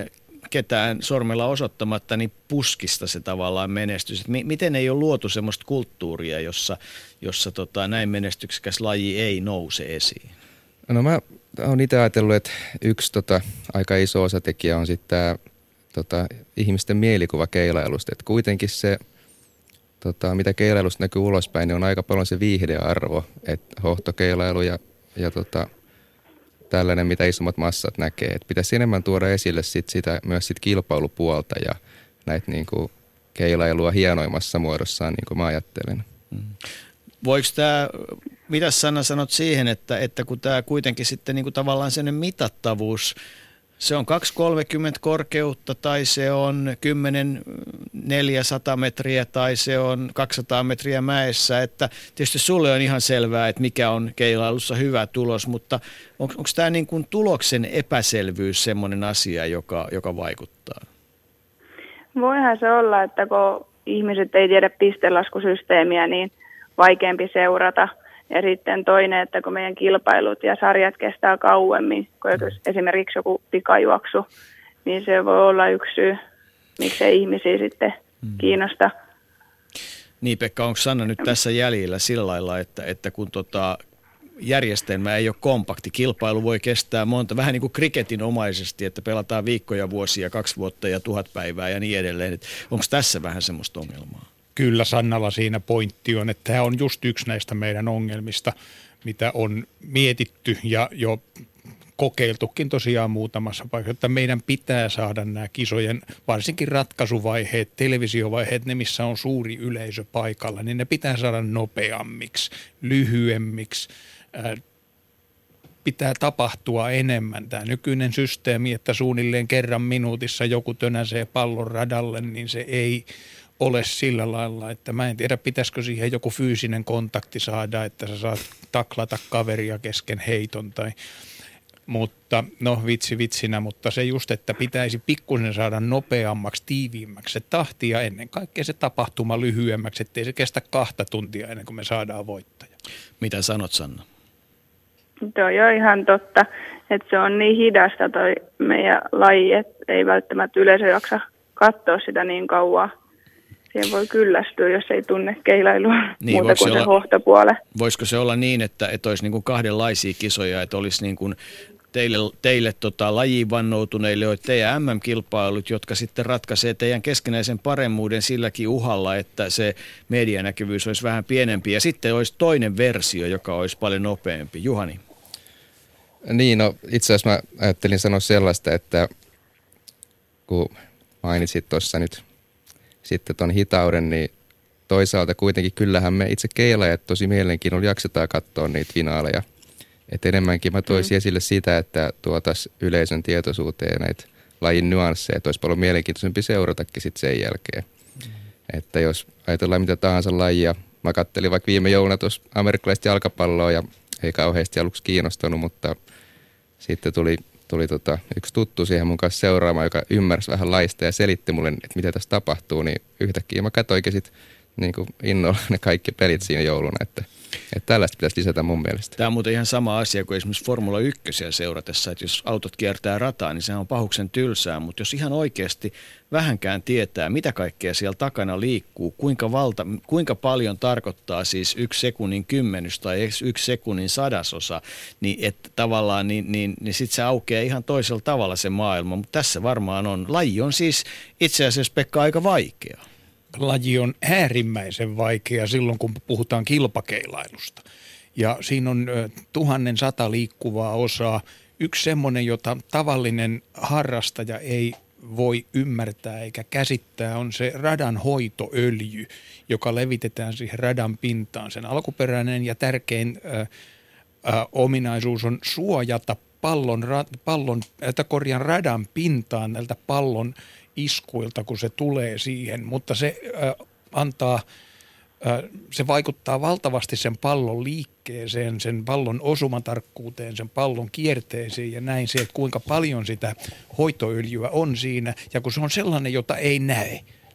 ketään sormella osoittamatta, niin puskista se tavallaan menestys. Et miten ei ole luotu semmoista kulttuuria, jossa, jossa tota, näin menestyksekäs laji ei nouse esiin? No mä oon itse ajatellut, että yksi tota, aika iso osatekijä on sitten tämä tota, ihmisten mielikuva keilailusta. Et kuitenkin se, tota, mitä keilailusta näkyy ulospäin, niin on aika paljon se viihdearvo, että hohtokeilailu ja, ja tota, tällainen, mitä isommat massat näkee. Et pitäisi enemmän tuoda esille sit sitä, myös sit kilpailupuolta ja näitä niinku keilailua hienoimmassa muodossaan, niin kuin mä ajattelen. Mm. Voiko tämä, mitä Sanna sanot siihen, että, että kun tämä kuitenkin sitten niinku tavallaan sellainen mitattavuus, se on kaksi kolmekymmentä korkeutta tai se on kymmenen neljäsataa metriä tai se on kaksisataa metriä mäessä, että tietysti sulle on ihan selvää, että mikä on keilailussa hyvä tulos, mutta on, onko tämä niin kuin tuloksen epäselvyys semmoinen asia, joka, joka vaikuttaa? Voihan se olla, että kun ihmiset ei tiedä pistelaskusysteemiä, niin vaikeampi seurata. Ja sitten toinen, että kun meidän kilpailut ja sarjat kestää kauemmin, kun esimerkiksi joku pikajuoksu, niin se voi olla yksi syy, miksei ihmisiä sitten kiinnosta. Niin Pekka, onko Sanna nyt tässä jäljellä sillä lailla, että, että kun tota järjestelmä ei ole kompakti, kilpailu voi kestää monta, vähän niin kuin kriketinomaisesti, että pelataan viikkoja, vuosia, kaksi vuotta ja tuhat päivää ja niin edelleen. Onko tässä vähän semmoista ongelmaa? Kyllä Sannalla siinä pointti on, että tämä on just yksi näistä meidän ongelmista, mitä on mietitty ja jo kokeiltukin tosiaan muutamassa paikassa, että meidän pitää saada nämä kisojen, varsinkin ratkaisuvaiheet, televisiovaiheet, ne missä on suuri yleisö paikalla, niin ne pitää saada nopeammiksi, lyhyemmiksi, ää, pitää tapahtua enemmän. Tämä nykyinen systeemi, että suunnilleen kerran minuutissa joku tönäsee pallon radalle, niin se ei ole sillä lailla, että mä en tiedä, pitäisikö siihen joku fyysinen kontakti saada, että sä saat taklata kaveria kesken heiton tai, mutta no vitsi vitsinä, mutta se just, että pitäisi pikkusen saada nopeammaksi, tiiviimmäksi se tahti ja ennen kaikkea se tapahtuma lyhyemmäksi, ettei se kestä kahta tuntia ennen kuin me saadaan voittaja. Mitä sanot, Sanna? Tuo on jo ihan totta, että se on niin hidasta toi meidän laji, että ei välttämättä yleisö jaksa katsoa sitä niin kauan. Siihen voi kyllästyä, jos ei tunne keilailua niin, muuta kuin se hohtopuole. Voisiko se olla niin, että, että olisi niin kuin kahdenlaisia kisoja, että olisi niin kuin teille, teille tota, lajiin vannoutuneille on teidän M M-kilpailut, jotka sitten ratkaisee teidän keskinäisen paremmuuden silläkin uhalla, että se medianäkyvyys olisi vähän pienempi. Ja sitten olisi toinen versio, joka olisi paljon nopeampi. Juhani? Niin, no itse asiassa mä ajattelin sanoa sellaista, että kun mainitsit tuossa nyt sitten tuon hitauden, niin toisaalta kuitenkin kyllähän me itse keilaajat tosi mielenkiinnolla jaksetaan katsoa niitä finaaleja. Et enemmänkin mä toisin mm. esille sitä, että tuotaisiin yleisön tietoisuuteen näitä lajin nyansseja, että olisi paljon mielenkiintoisempi seuratakin sitten sen jälkeen. Mm. Että jos ajatellaan mitä tahansa lajia, mä kattelin vaikka viime jouluna tuossa amerikkalaista jalkapalloa ja ei kauheasti aluksi kiinnostanut, mutta sitten tuli Tuli tota, yksi tuttu siihen mun kanssa seuraamaan, joka ymmärsi vähän laista ja selitti mulle, että mitä tässä tapahtuu, niin yhtäkkiä mä katsoinkin sitten niin kuin innolla ne kaikki pelit siinä jouluna, että, että tällaista pitäisi lisätä mun mielestä. Tämä on muuten ihan sama asia kuin esimerkiksi Formula yksi seuratessa, että jos autot kiertää rataa, niin sehän on pahuksen tylsää, mutta jos ihan oikeasti vähänkään tietää, mitä kaikkea siellä takana liikkuu, kuinka, valta, kuinka paljon tarkoittaa siis yksi sekunnin kymmenys tai yksi sekunnin sadasosa, niin että tavallaan niin, niin, niin sitten se aukeaa ihan toisella tavalla se maailma, mutta tässä varmaan on, laji on siis itse asiassa Pekka aika vaikea. Laji on äärimmäisen vaikea silloin, kun puhutaan kilpakeilailusta. Ja siinä on tuhannen sata liikkuvaa osaa. Yksi semmoinen, jota tavallinen harrastaja ei voi ymmärtää eikä käsittää, on se radan hoitoöljy, joka levitetään siihen radan pintaan. Sen alkuperäinen ja tärkein ä, ä, ominaisuus on suojata pallon, ra, pallon ältä korjan radan pintaan näiltä pallon iskuilta, kun se tulee siihen, mutta se äh, antaa, äh, se vaikuttaa valtavasti sen pallon liikkeeseen, sen pallon osumatarkkuuteen, sen pallon kierteeseen ja näin se, että kuinka paljon sitä hoitoöljyä on siinä. Ja kun se on sellainen, jota ei näe,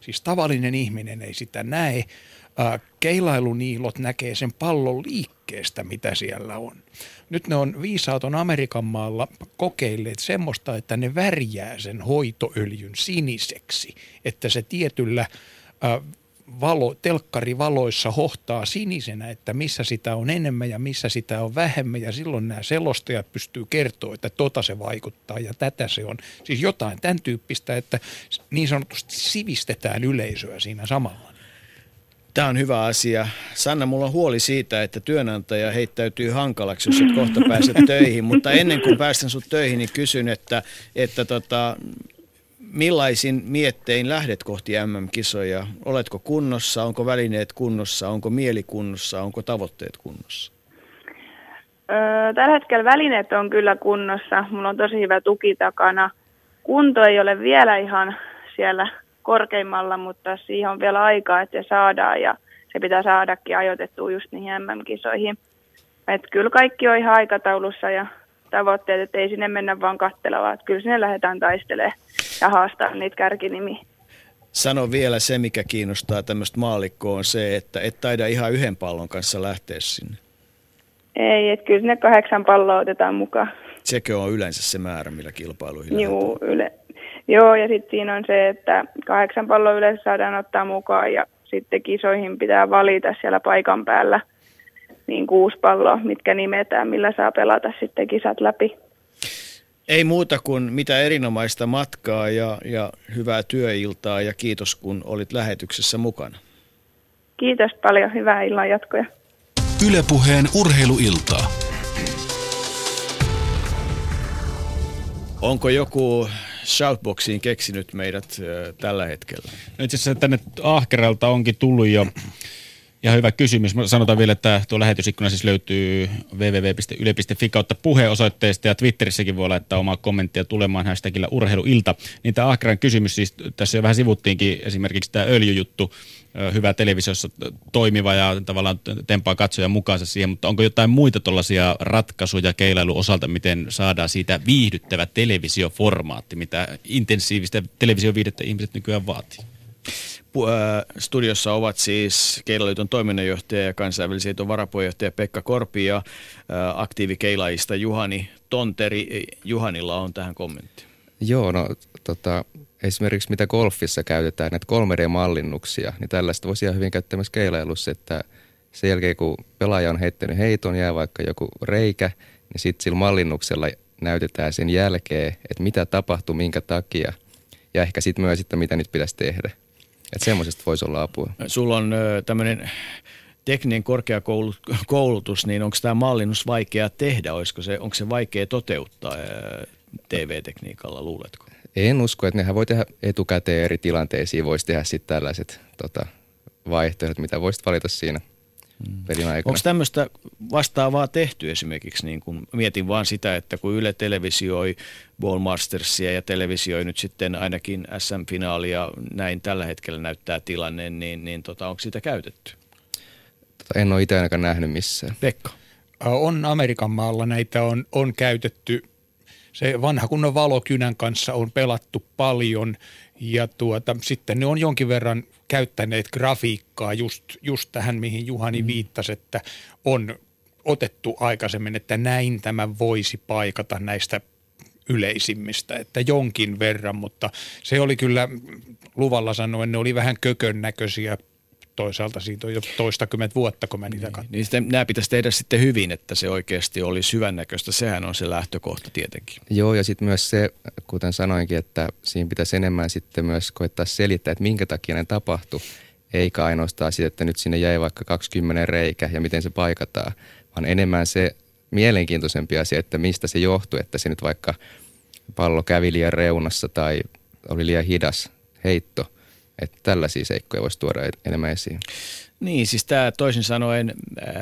Siis tavallinen ihminen ei sitä näe. Keilailuniilot näkee sen pallon liikkeestä, mitä siellä on. Nyt ne on viisaat on Amerikan maalla kokeilleet semmoista, että ne värjää sen hoitoöljyn siniseksi, että se tietyllä valo, telkkarivaloissa hohtaa sinisenä, että missä sitä on enemmän ja missä sitä on vähemmän, ja silloin nämä selostajat pystyy kertoa, että tota se vaikuttaa ja tätä se on. Siis jotain tämän tyyppistä, että niin sanotusti sivistetään yleisöä siinä samalla. Tämä on hyvä asia. Sanna, mulla on huoli siitä, että työnantaja heittäytyy hankalaksi, jos et kohta pääset töihin, mutta ennen kuin päästän sut töihin, niin kysyn, että, että tota, millaisin miettein lähdet kohti M M-kisoja? Oletko kunnossa, onko välineet kunnossa, onko mieli kunnossa, onko tavoitteet kunnossa? Öö, tällä hetkellä välineet on kyllä kunnossa. Mulla on tosi hyvä tuki takana. Kunto ei ole vielä ihan siellä korkeimmalla, mutta siihen on vielä aikaa, että se saadaan ja se pitää saadakin ajoitettua just niihin M M-kisoihin. Että kyllä kaikki on ihan aikataulussa ja tavoitteet, että ei sinne mennä vaan katselemaan, että kyllä sinne lähdetään taistelemaan ja haastaa niitä kärkinimiä. Sano vielä se, mikä kiinnostaa tämmöistä maallikkoa, on se, että et taida ihan yhden pallon kanssa lähteä sinne. Ei, että kyllä sinne kahdeksan palloa otetaan mukaan. Sekö on yleensä se määrä, millä kilpailuihin Juu, yle- Joo, ja sitten siinä on se, että kahdeksan palloa yleensä saadaan ottaa mukaan ja sitten kisoihin pitää valita siellä paikan päällä niin kuusi palloa, mitkä nimetään, millä saa pelata sitten kisat läpi. Ei muuta kuin mitä erinomaista matkaa ja, ja hyvää työiltaa ja kiitos kun olit lähetyksessä mukana. Kiitos paljon, hyvää illan jatkoja. Yle Puheen urheiluiltaa. Onko joku Shoutboxiin keksinyt meidät äh, tällä hetkellä? No itse asiassa tänne ahkeralta onkin tullut jo ihan hyvä kysymys. Sanotaan vielä, että tuo lähetysikkuna siis löytyy double-u double-u double-u piste yle piste fi kautta puhe-osoitteesta ja Twitterissäkin voi laittaa omaa kommenttia tulemaan hashtagillä urheiluilta. Niin tämä ahkeran kysymys, siis tässä jo vähän sivuttiinkin esimerkiksi tämä öljyjuttu, hyvä televisiossa toimiva ja tavallaan tempaa katsoja mukaansa siihen, mutta onko jotain muita tuollaisia ratkaisuja keilailun osalta, miten saadaan siitä viihdyttävä televisioformaatti, mitä intensiivistä televisioviihdettä ihmiset nykyään vaatii? Studiossa ovat siis Keilaliiton toiminnanjohtaja ja kansainvälisen varapuheenjohtaja Pekka Korpi ja aktiivikeilaajista Juhani Tonteri. Juhanilla on tähän kommentti. Joo, no tota, esimerkiksi mitä golfissa käytetään, näitä kolme D-mallinnuksia, niin tällaista voisi ihan hyvin käyttää myös keilailussa, että sen jälkeen kun pelaaja on heittänyt heiton, jää vaikka joku reikä, niin sitten sillä mallinnuksella näytetään sen jälkeen, että mitä tapahtui, minkä takia, ja ehkä sitten myös, että mitä nyt pitäisi tehdä. Että semmoisesta voisi olla apua. Sulla on tämmöinen tekninen korkeakoulutus, niin onko tämä mallinnus vaikea tehdä? Olisiko se, onko se vaikea toteuttaa T V-tekniikalla, luuletko? En usko, että nehän voi tehdä etukäteen eri tilanteisiin, voisi tehdä sitten tällaiset tota, vaihtoehdot, mitä voisit valita siinä hmm. pelin aikana. Onko tämmöistä vastaavaa tehty esimerkiksi? Niin kun mietin vaan sitä, että kun Yle televisioi Ballmastersia ja televisioi nyt sitten ainakin S M-finaalia, näin tällä hetkellä näyttää tilanne, niin, niin tota, onko sitä käytetty? Tota, en ole itse ainakaan nähnyt missään. Pekka? On Amerikan maalla näitä on, on käytetty. Se vanha kunnon valokynän kanssa on pelattu paljon ja tuota, sitten ne on jonkin verran käyttäneet grafiikkaa just, just tähän, mihin Juhani mm. viittasi, että on otettu aikaisemmin, että näin tämä voisi paikata näistä yleisimmistä, että jonkin verran, mutta se oli kyllä luvalla sanoen, ne oli vähän kökön näköisiä. Toisaalta siitä on jo toistakymmentä vuotta, kun mä niitä niin, katsoin. Niin sitten, nämä pitäisi tehdä sitten hyvin, että se oikeasti olisi hyvännäköistä. Sehän on se lähtökohta tietenkin. Joo, ja sitten myös se, kuten sanoinkin, että siinä pitäisi enemmän sitten myös koettaa selittää, että minkä takia ne tapahtui. Eikä ainoastaan siitä, että nyt sinne jäi vaikka kaksikymmentä reikä ja miten se paikataan, vaan enemmän se mielenkiintoisempi asia, että mistä se johtui, että se nyt vaikka pallo kävi liian reunassa tai oli liian hidas heitto. Että tällaisia seikkoja voisi tuoda enemmän esiin. Niin, siis tämä toisin sanoen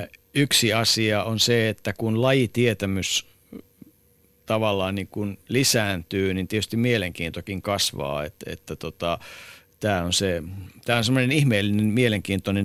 yksi asia on se, että kun lajitietämys tavallaan niin kun lisääntyy, niin tietysti mielenkiintokin kasvaa. Että, että tota, tämä on se, tämä on semmoinen ihmeellinen mielenkiintoinen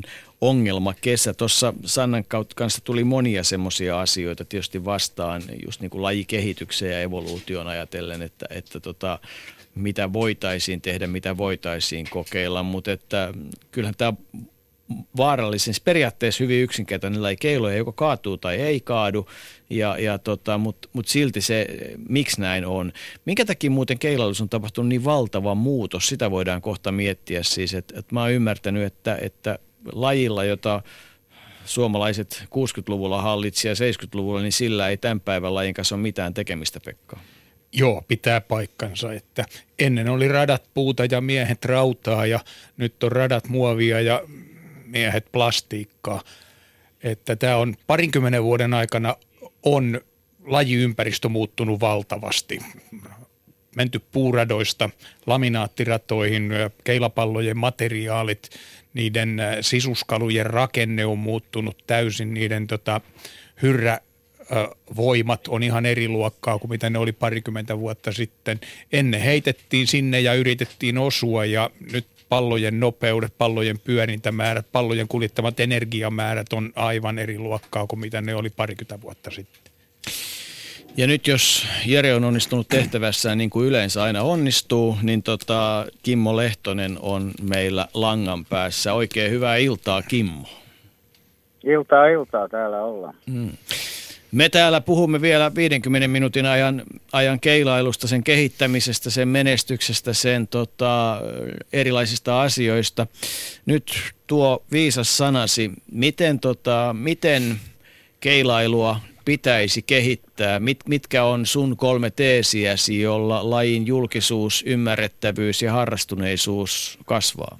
ongelma kesä. Tuossa Sannan kanssa tuli monia semmoisia asioita tietysti vastaan, just niin kuin lajikehitykseen ja evoluution ajatellen, että, että tota, mitä voitaisiin tehdä, mitä voitaisiin kokeilla, mutta että kyllähän tämä vaarallisen, periaatteessa hyvin yksinkertainen laji, keiloja joko kaatuu tai ei kaadu, ja, ja tota, mutta mut silti se, miksi näin on. Minkä takia muuten keilailussa on tapahtunut niin valtava muutos, sitä voidaan kohta miettiä siis, että et mä oon ymmärtänyt, että, että lajilla, jota suomalaiset kuusikymmentäluvulla hallitsi ja seitsemänkymmentäluvulla, niin sillä ei tämän päivän lajin kanssa ole mitään tekemistä, Pekka. Joo, pitää paikkansa, että ennen oli radat puuta ja miehet rautaa ja nyt on radat muovia ja miehet plastiikkaa. Että tämä on parinkymmenen vuoden aikana on lajiympäristö muuttunut valtavasti. Menty puuradoista laminaattiratoihin, keilapallojen materiaalit, niiden sisuskalujen rakenne on muuttunut täysin, niiden tota, hyrrä voimat on ihan eri luokkaa kuin mitä ne oli parikymmentä vuotta sitten. Ennen heitettiin sinne ja yritettiin osua ja nyt pallojen nopeudet, pallojen pyörintämäärät, pallojen kuljettamat energiamäärät on aivan eri luokkaa kuin mitä ne oli parikymmentä vuotta sitten. Ja nyt jos Jere on onnistunut tehtävässään niin kuin yleensä aina onnistuu, niin tota, Kimmo Lehtonen on meillä langan päässä. Oikein hyvää iltaa, Kimmo. Iltaa, iltaa täällä ollaan. Hmm. Me täällä puhumme vielä viidenkymmenen minuutin ajan, ajan keilailusta, sen kehittämisestä, sen menestyksestä, sen tota, erilaisista asioista. Nyt tuo viisas sanasi, miten, tota, miten keilailua pitäisi kehittää? Mit, mitkä on sun kolme teesiäsi, jolla lajin julkisuus, ymmärrettävyys ja harrastuneisuus kasvaa?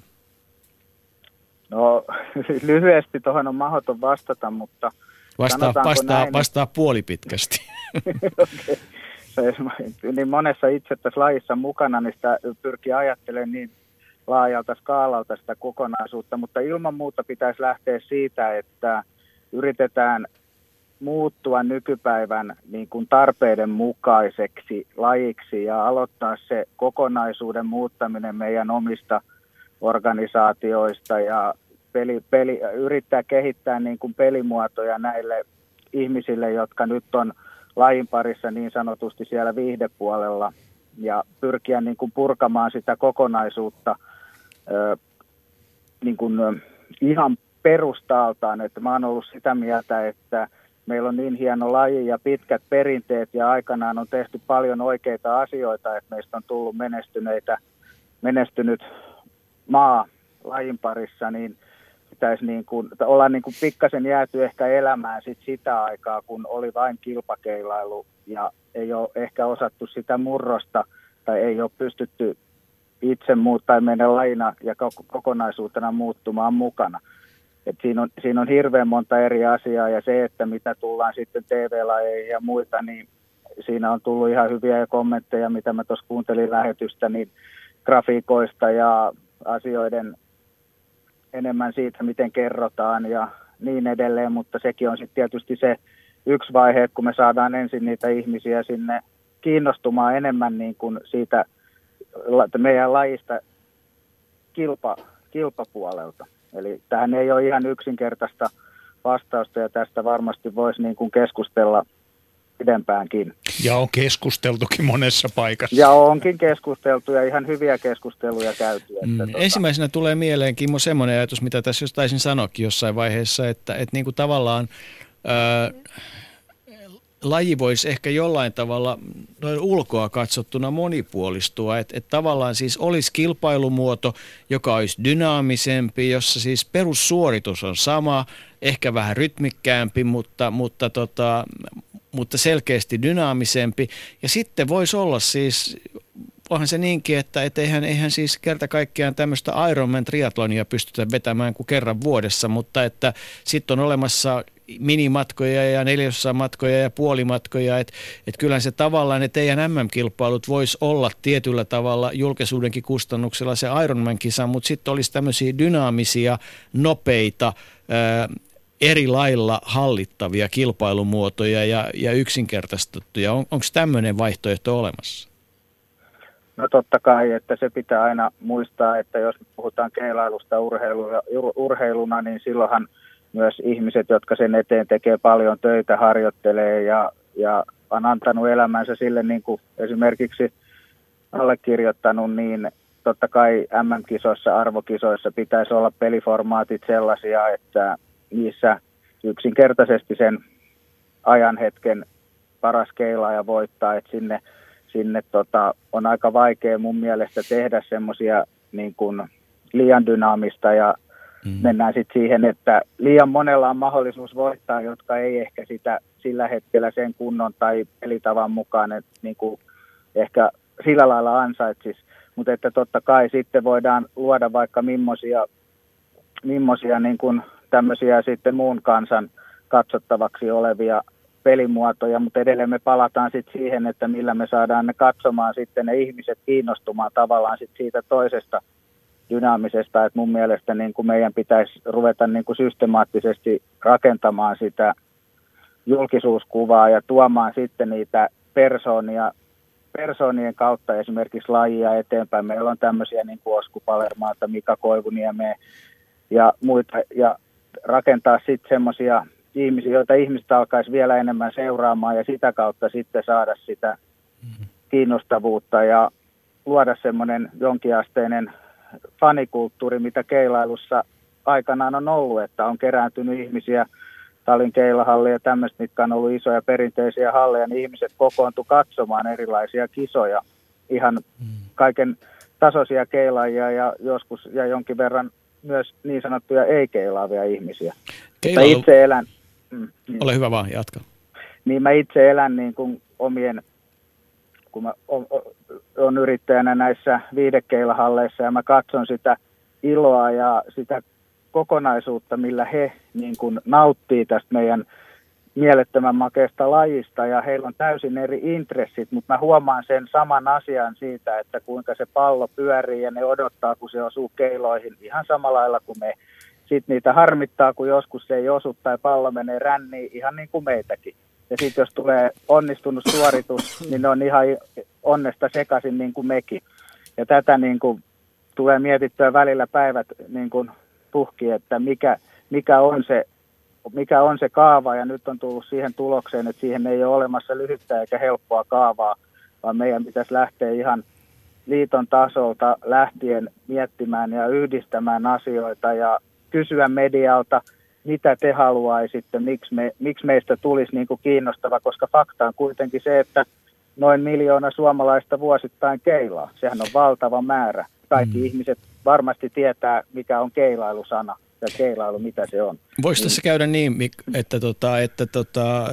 No lyhyesti tuohon on mahdoton vastata, mutta Vastaa, vastaa, näin, vastaa puolipitkästi. Okay. Se, niin monessa itse tässä lajissa mukana, niin sitä pyrkii ajattelemaan niin laajalta skaalalta sitä kokonaisuutta, mutta ilman muuta pitäisi lähteä siitä, että yritetään muuttua nykypäivän niin kuin tarpeiden mukaiseksi lajiksi ja aloittaa se kokonaisuuden muuttaminen meidän omista organisaatioista ja Peli, peli, yrittää kehittää niin kuin pelimuotoja näille ihmisille, jotka nyt on lajin parissa niin sanotusti siellä viihdepuolella ja pyrkiä niin kuin purkamaan sitä kokonaisuutta ö, niin kuin, ö, ihan perustaaltaan. Että mä oon ollut sitä mieltä, että meillä on niin hieno laji ja pitkät perinteet ja aikanaan on tehty paljon oikeita asioita, että meistä on tullut menestyneitä, menestynyt maa lajin parissa, niin pitäisi niin kuin, olla niin kuin pikkasen jääty ehkä elämään sit sitä aikaa, kun oli vain kilpakeilailu ja ei ole ehkä osattu sitä murrosta tai ei ole pystytty itse muuttaa meidän lajina ja kokonaisuutena muuttumaan mukana. Et siinä, on, siinä on hirveän monta eri asiaa ja se, että mitä tullaan sitten T V-lajeihin ja muita, niin siinä on tullut ihan hyviä kommentteja, mitä mä tuossa kuuntelin lähetystä, niin grafiikoista ja asioiden enemmän siitä, miten kerrotaan ja niin edelleen, mutta sekin on sitten tietysti se yksi vaihe, että kun me saadaan ensin niitä ihmisiä sinne kiinnostumaan enemmän niin kuin siitä meidän lajista kilpa, kilpapuolelta. Eli tähän ei ole ihan yksinkertaista vastausta ja tästä varmasti voisi niin kuin keskustella pidempäänkin. Ja on keskusteltukin monessa paikassa. Ja onkin keskusteltu ja ihan hyviä keskusteluja käyty. Että mm, tuota... Ensimmäisenä tulee mieleen, Kimmo, semmoinen ajatus, mitä tässä jos taisin sanoakin jossain vaiheessa, että, että niin kuin tavallaan ää, laji voisi ehkä jollain tavalla noin ulkoa katsottuna monipuolistua, että, että tavallaan siis olisi kilpailumuoto, joka olisi dynaamisempi, jossa siis perussuoritus on sama, ehkä vähän rytmikkäämpi, mutta, mutta tota, mutta selkeästi dynaamisempi. Ja sitten voisi olla siis, onhan se niinkin, että et eihän, eihän siis kerta kaikkiaan tämmöistä Ironman-triatlonia pystytä vetämään kuin kerran vuodessa, mutta että sitten on olemassa minimatkoja ja neljäsosamatkoja ja puolimatkoja, että et kyllähän se tavallaan ne teidän M M-kilpailut voisi olla tietyllä tavalla julkisuudenkin kustannuksella se Ironman-kisa, mutta sitten olisi tämmöisiä dynaamisia, nopeita, ää, eri lailla hallittavia kilpailumuotoja ja, ja yksinkertaistettuja. On, onko tämmöinen vaihtoehto olemassa? No totta kai, että se pitää aina muistaa, että jos puhutaan keilailusta urheiluna, urheiluna, niin silloinhan myös ihmiset, jotka sen eteen tekee paljon töitä, harjoittelee ja, ja on antanut elämänsä sille, niin kuin esimerkiksi allekirjoittanut, niin totta kai M M-kisoissa, arvokisoissa pitäisi olla peliformaatit sellaisia, että niissä yksinkertaisesti sen ajan hetken paras keilaaja voittaa, että sinne, sinne tota, on aika vaikea mun mielestä tehdä semmoisia niin kuin liian dynaamista ja mm. mennään sitten siihen, että liian monella on mahdollisuus voittaa, jotka ei ehkä sitä sillä hetkellä sen kunnon tai pelitavan mukaan, että niin kuin ehkä sillä lailla ansaitsisi, mutta että totta kai sitten voidaan luoda vaikka millaisia, millaisia niin kuin tämmöisiä sitten muun kansan katsottavaksi olevia pelimuotoja, mutta edelleen me palataan sitten siihen, että millä me saadaan ne katsomaan sitten ne ihmiset kiinnostumaan tavallaan sitten siitä toisesta dynaamisesta, että mun mielestä niin kuin meidän pitäisi ruveta niin kuin systemaattisesti rakentamaan sitä julkisuuskuvaa ja tuomaan sitten niitä persoonia, persoonien kautta esimerkiksi lajia eteenpäin. Meillä on tämmöisiä niin kuin Osku Palermaata, Mika Koivuniemeä ja muita, ja rakentaa sitten semmoisia ihmisiä, joita ihmiset alkaisi vielä enemmän seuraamaan ja sitä kautta sitten saada sitä kiinnostavuutta ja luoda semmoinen jonkinasteinen fanikulttuuri, mitä keilailussa aikanaan on ollut, että on kerääntynyt ihmisiä, Talin keilahalli ja tämmöistä, mitkä on ollut isoja perinteisiä halleja, niin ihmiset kokoontu katsomaan erilaisia kisoja, ihan kaiken tasoisia keilaajia ja joskus ja jonkin verran myös niin sanottuja ei-keilaavia ihmisiä. Keilailu... Itse elän... Mm, niin. Ole hyvä vaan, jatka. Niin mä itse elän niin kuin omien, kun mä olen yrittäjänä näissä viidekeilahalleissa ja mä katson sitä iloa ja sitä kokonaisuutta, millä he niin kuin nauttii tästä meidän mielettömän makeasta lajista ja heillä on täysin eri intressit, mutta mä huomaan sen saman asian siitä, että kuinka se pallo pyörii ja ne odottaa, kun se osuu keiloihin ihan samalla lailla kuin me. Sitten niitä harmittaa, kun joskus se ei osu tai pallo menee ränniin ihan niin kuin meitäkin. Ja sitten jos tulee onnistunut suoritus, niin ne on ihan onnesta sekaisin niin kuin mekin. Ja tätä niin kuin tulee mietittyä välillä päivät niin kuin tuhki, että mikä, mikä, on se, mikä on se kaava, ja nyt on tullut siihen tulokseen, että siihen ei ole olemassa lyhyttä eikä helppoa kaavaa, vaan meidän pitäisi lähteä ihan liiton tasolta lähtien miettimään ja yhdistämään asioita ja kysyä medialta, mitä te haluaisitte, miksi, me, miksi meistä tulisi niin kuin kiinnostava, koska fakta on kuitenkin se, että noin miljoona suomalaista vuosittain keilaa. Sehän on valtava määrä. Kaikki mm. ihmiset varmasti tietää, mikä on keilailusana ja keilailu, mitä se on. Voisi tässä käydä niin, että, tota, että tota,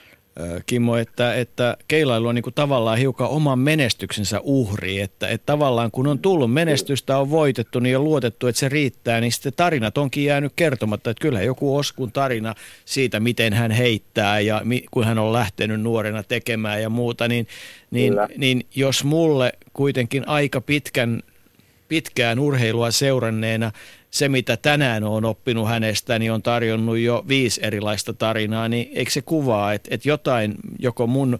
Kimmo, että, että keilailu on niin kuin tavallaan hiukan oman menestyksensä uhri, että, että tavallaan kun on tullut menestystä, on voitettu, niin on luotettu, että se riittää, niin sitten tarinat onkin jäänyt kertomatta, että kyllä joku Oskun tarina siitä, miten hän heittää ja mi, kun hän on lähtenyt nuorena tekemään ja muuta, niin, niin, niin jos mulle kuitenkin aika pitkän pitkään urheilua seuranneena se, mitä tänään on oppinut hänestä, niin on tarjonnut jo viisi erilaista tarinaa, niin eikö se kuvaa, että, että jotain joko mun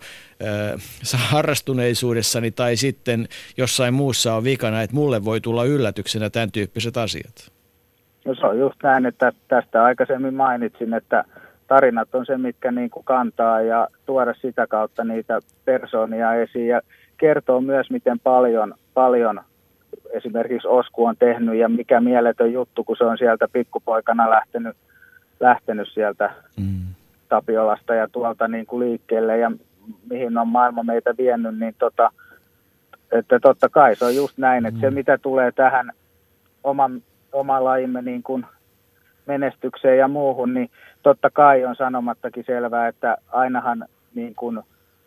äh, harrastuneisuudessani tai sitten jossain muussa on vikana, että mulle voi tulla yllätyksenä tämän tyyppiset asiat? No se on just näin, että tästä aikaisemmin mainitsin, että tarinat on se, mitkä niin kuin kantaa ja tuoda sitä kautta niitä persoonia esiin ja kertoo myös, miten paljon, paljon esimerkiksi Osku on tehnyt ja mikä mieletön juttu, kun se on sieltä pikkupoikana lähtenyt, lähtenyt sieltä mm. Tapiolasta ja tuolta niin kuin liikkeelle ja mihin on maailma meitä vienyt, niin tota, että totta kai se on just näin, että se mitä tulee tähän oman, oman lajimme niin kuin menestykseen ja muuhun, niin totta kai on sanomattakin selvää, että ainahan niin kuin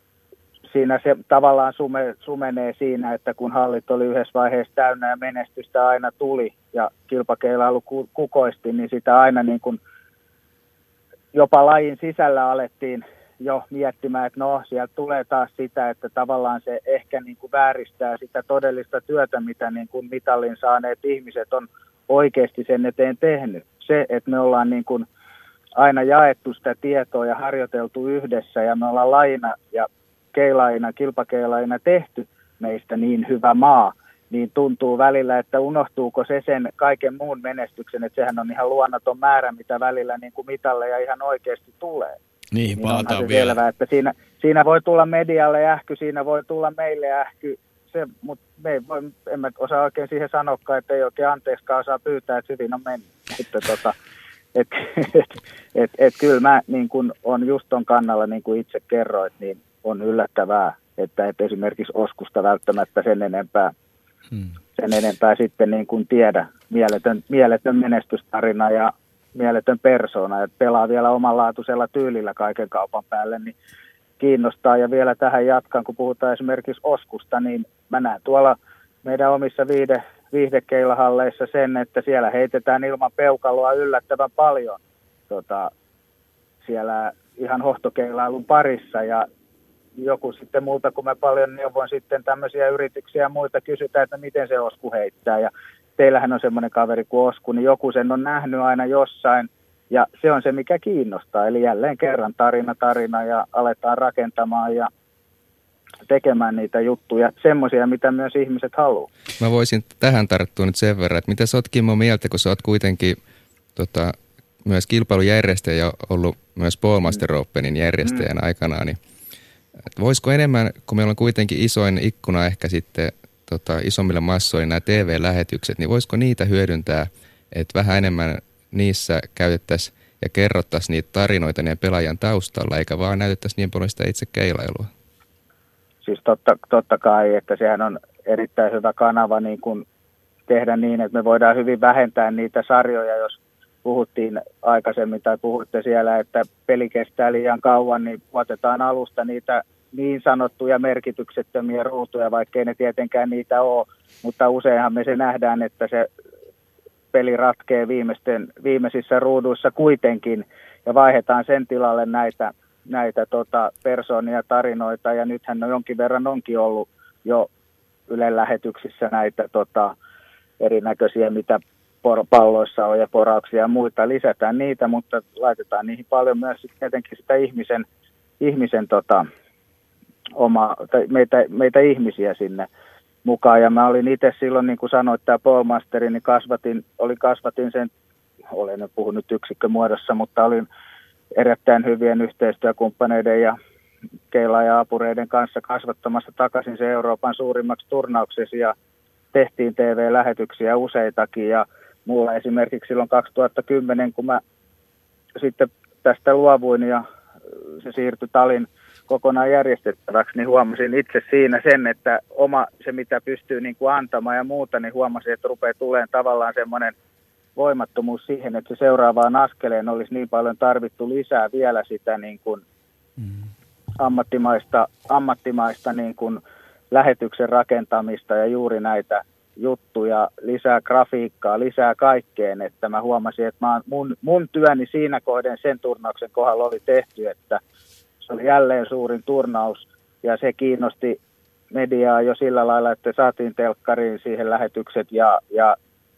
siinä se tavallaan sume, sumenee siinä, että kun hallit oli yhdessä vaiheessa täynnä ja menestystä aina tuli ja kilpakeilailu kukoisti, niin sitä aina niin kuin jopa lajin sisällä alettiin jo miettimään, että no sieltä tulee taas sitä, että tavallaan se ehkä niin kuin vääristää sitä todellista työtä, mitä niin kuin mitallin saaneet ihmiset on oikeasti sen eteen tehnyt. Se, että me ollaan niin kuin aina jaettu sitä tietoa ja harjoiteltu yhdessä ja me ollaan lajina ja keilaajina, kilpakeilaajina tehty meistä niin hyvä maa, niin tuntuu välillä, että unohtuuko se sen kaiken muun menestyksen, että sehän on ihan luonnoton määrä, mitä välillä niin kuin mitalleja ihan oikeasti tulee. Niin, niin onhan se vielä. selvä, että siinä, siinä voi tulla medialle ähky, siinä voi tulla meille ähky, se, mutta me ei voi, en mä osaa oikein siihen sanoakaan, että ei oikein anteeksikaan osaa pyytää, että hyvin on mennyt. Sitten tota, et, et, et, et, kyllä mä niin kun on just ton kannalla, niin kuin itse kerroit, niin on yllättävää, että et esimerkiksi Oskusta välttämättä sen enempää, hmm. sen enempää sitten niin kuin tiedä. Mieletön, mieletön menestystarina ja mieletön persoona, että pelaa vielä omanlaatuisella tyylillä kaiken kaupan päälle, niin kiinnostaa. Ja vielä tähän jatkan, kun puhutaan esimerkiksi Oskusta, niin mä näen tuolla meidän omissa viide, viihdekeilahalleissa sen, että siellä heitetään ilman peukaloa yllättävän paljon tota, siellä ihan hohtokeilailun parissa. Ja joku sitten muuta kuin mä paljon neuvon sitten tämmöisiä yrityksiä ja muita kysytään, että miten se Osku heittää. Ja teillähän on semmoinen kaveri kuin Osku, niin joku sen on nähnyt aina jossain. Ja se on se, mikä kiinnostaa. Eli jälleen kerran tarina, tarina ja aletaan rakentamaan ja tekemään niitä juttuja, semmoisia, mitä myös ihmiset haluaa. Mä voisin tähän tarttua nyt sen verran, että mitä sä oot, Kimmo, mieltä, kun sä oot kuitenkin tota, myös kilpailujärjestäjä ja ollut myös Paul Master Openin järjestäjän mm. aikanaan, niin voisiko enemmän, kun meillä on kuitenkin isoin ikkuna ehkä sitten tota, isommille massoille nämä T V-lähetykset, niin voisiko niitä hyödyntää, että vähän enemmän niissä käytettäisiin ja kerrottaisiin niitä tarinoita niiden pelaajan taustalla, eikä vaan näytettäisiin niin paljon sitä itse keilailua? Siis totta, totta kai, että sehän on erittäin hyvä kanava niin kuin tehdä niin, että me voidaan hyvin vähentää niitä sarjoja, jos puhuttiin aikaisemmin tai puhutte siellä, että peli kestää liian kauan, niin otetaan alusta niitä niin sanottuja merkityksettömiä ruutuja, vaikkei ne tietenkään niitä ole, mutta useinhan me se nähdään, että se peli ratkee viimeisten, viimeisissä ruuduissa kuitenkin ja vaihdetaan sen tilalle näitä, näitä tota, persoonia, tarinoita ja nythän no jonkin verran onkin ollut jo Ylen lähetyksissä näitä tota, erinäköisiä, mitä por- palloissa on ja porauksia ja muita. Lisätään niitä, mutta laitetaan niihin paljon myös sit tietenkin sitä ihmisen, ihmisen tota, oma, tai meitä, meitä ihmisiä sinne mukaan. Ja mä olin itse silloin, niin kuin sanoit, tämä Paul Masteri, niin kasvatin, oli kasvatin sen, olen nyt puhunut yksikkömuodossa, mutta olin erittäin hyvien yhteistyökumppaneiden ja keilaaja-apureiden kanssa kasvattamassa takaisin se Euroopan suurimmaksi turnauksesi ja tehtiin T V-lähetyksiä useitakin ja mulla esimerkiksi silloin kaksituhattakymmenen, kun mä sitten tästä luovuin ja se siirtyi Talin kokonaan järjestettäväksi, niin huomasin itse siinä sen, että oma se mitä pystyy niin kuin antamaan ja muuta, niin huomasin, että rupeaa tulemaan tavallaan semmoinen voimattomuus siihen, että se seuraavaan askeleen olisi niin paljon tarvittu lisää vielä sitä niin kuin mm. ammattimaista, ammattimaista niin kuin lähetyksen rakentamista ja juuri näitä juttuja, lisää grafiikkaa, lisää kaikkeen, että mä huomasin, että mä, mun, mun työni siinä kohden sen turnauksen kohdalla oli tehty, että se oli jälleen suurin turnaus ja se kiinnosti mediaa jo sillä lailla, että saatiin telkkariin siihen lähetykset ja, ja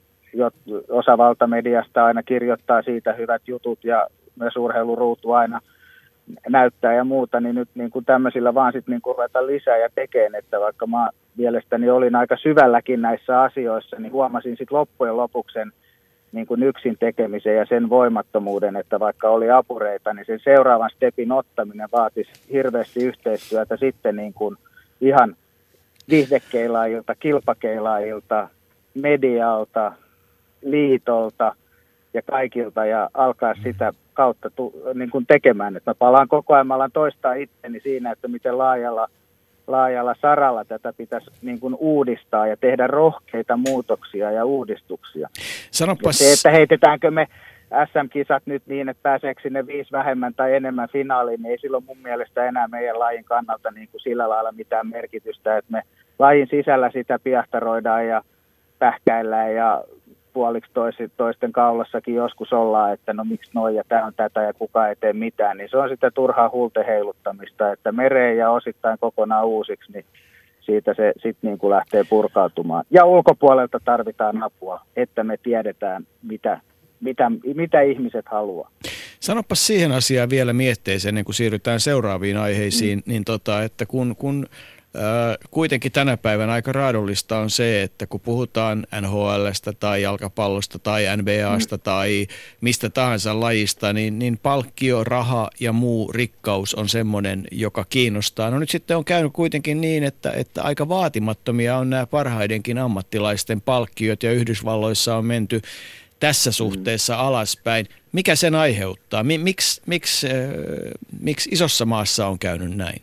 osa valtamediasta aina kirjoittaa siitä hyvät jutut ja myös urheiluruutu aina näyttää ja muuta, niin nyt niin kuin tämmöisillä vaan sitten niin kuin ruvetaan lisää ja tekeen, että vaikka mä mielestäni olin aika syvälläkin näissä asioissa, niin huomasin sitten loppujen lopuksi sen niin kuin yksin tekemisen ja sen voimattomuuden, että vaikka oli apureita, niin sen seuraavan stepin ottaminen vaatisi hirveästi yhteistyötä sitten niin kuin ihan viihdekeilaajilta, kilpakeilaajilta, medialta, liitolta ja kaikilta ja alkaa sitä kautta tu, niin kuin tekemään. Että mä palaan koko ajan, mä alan toistaa itteni siinä, että miten laajalla, laajalla saralla tätä pitäisi niin kuin uudistaa ja tehdä rohkeita muutoksia ja uudistuksia. Sanopas... Ja se, että heitetäänkö me S M-kisat nyt niin, että pääseekö sinne viisi vähemmän tai enemmän finaaliin, niin ei silloin mun mielestä enää meidän lajin kannalta niin kuin sillä lailla mitään merkitystä, että me lajin sisällä sitä piahtaroidaan ja pähkäillään ja puoliksi toisten kaulassakin joskus ollaan, että no miksi noin ja tämä on tätä ja kukaan ei tee mitään, niin se on sitä turhaa huulten heiluttamista, että mereen ja osittain kokonaan uusiksi, niin siitä se sitten niin kuin lähtee purkautumaan. Ja ulkopuolelta tarvitaan apua, että me tiedetään, mitä, mitä, mitä ihmiset haluaa. Sanopas siihen asiaan vielä mietteeseen, ennen kuin siirrytään seuraaviin aiheisiin, mm. niin tota, että kun, kun Kuitenkin tänä päivänä aika raadollista on se, että kun puhutaan N H L:stä tai jalkapallosta tai N B A:sta mm. tai mistä tahansa lajista, niin, niin palkkio, raha ja muu rikkaus on semmoinen, joka kiinnostaa. No nyt sitten on käynyt kuitenkin niin, että, että aika vaatimattomia on nämä parhaidenkin ammattilaisten palkkiot ja Yhdysvalloissa on menty tässä suhteessa alaspäin. Mikä sen aiheuttaa? Miksi, miksi, äh, miksi isossa maassa on käynyt näin?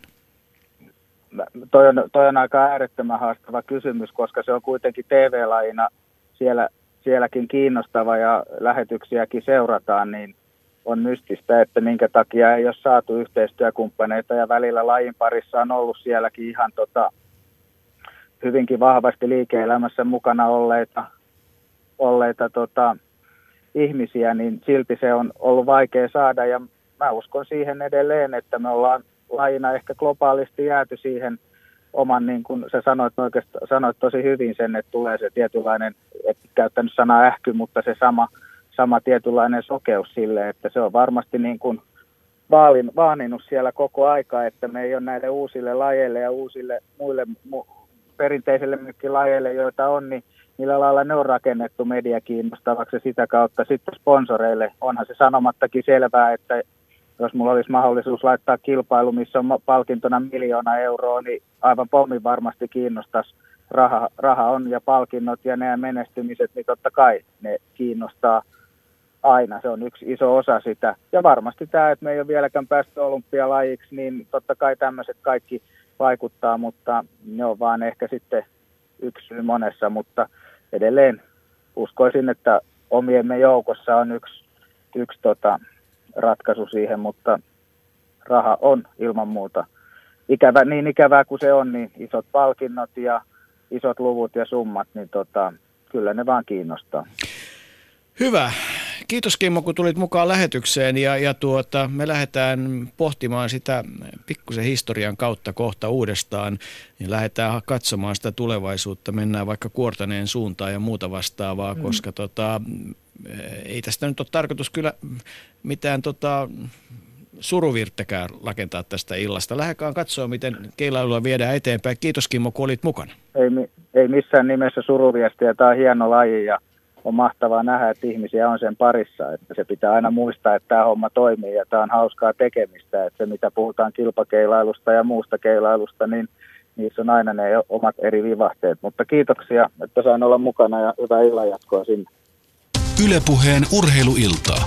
Toi on, toi on aika äärettömän haastava kysymys, koska se on kuitenkin T V-lajina siellä, sielläkin kiinnostava ja lähetyksiäkin seurataan, niin on mystistä, että minkä takia ei ole saatu yhteistyökumppaneita ja välillä lajin parissa on ollut sielläkin ihan tota, hyvinkin vahvasti liike-elämässä mukana olleita, olleita tota, ihmisiä, niin silti se on ollut vaikea saada ja mä uskon siihen edelleen, että me ollaan lajina ehkä globaalisti jääty siihen oman, niin kuin sä sanoit, oikeastaan, sanoit tosi hyvin sen, että tulee se tietynlainen, et käyttänyt sanaa ähky, mutta se sama, sama tietynlainen sokeus sille, että se on varmasti niin kuin vaalin, vaaninut siellä koko aika, että me ei ole näille uusille lajeille ja uusille muille mu, perinteisille lajeille, joita on, niin millä lailla ne on rakennettu media kiinnostavaksi ja sitä kautta sitten sponsoreille. Onhan se sanomattakin selvää, että jos mulla olisi mahdollisuus laittaa kilpailu, missä on palkintona miljoona euroa, niin aivan pommin varmasti kiinnostaisi. Raha, raha on ja palkinnot ja ne menestymiset, niin totta kai ne kiinnostaa aina. Se on yksi iso osa sitä. Ja varmasti tämä, että me ei ole vieläkään päästy olympialajiksi, niin totta kai tämmöiset kaikki vaikuttaa, mutta ne on vaan ehkä sitten yksi syy monessa. Mutta edelleen uskoisin, että omiemme joukossa on yksi, yksi tota, ratkaisu siihen, mutta raha on ilman muuta ikävä, niin ikävää kuin se on, niin isot palkinnot ja isot luvut ja summat, niin tota, kyllä ne vaan kiinnostaa. Hyvä. Kiitos Kimmo, kun tulit mukaan lähetykseen ja, ja tuota, me lähdetään pohtimaan sitä pikkusen historian kautta kohta uudestaan ja lähdetään katsomaan sitä tulevaisuutta. Mennään vaikka Kuortaneen suuntaan ja muuta vastaavaa, mm. koska tota, ei tästä nyt ole tarkoitus kyllä mitään tota, suruvirttäkään rakentaa tästä illasta. Lähdetään katsoa, miten keilailua viedään eteenpäin. Kiitos Kimmo, kun olit mukana. Ei, ei missään nimessä suruviestiä. Tämä on hieno laji ja on mahtavaa nähdä, että ihmisiä on sen parissa. Että se pitää aina muistaa, että tämä homma toimii ja tämä on hauskaa tekemistä. Että se, mitä puhutaan kilpakeilailusta ja muusta keilailusta, niin niissä on aina ne omat eri vivahteet. Mutta kiitoksia, että sain olla mukana ja hyvää illanjatkoa sinne. Yle Puheen urheiluiltaa.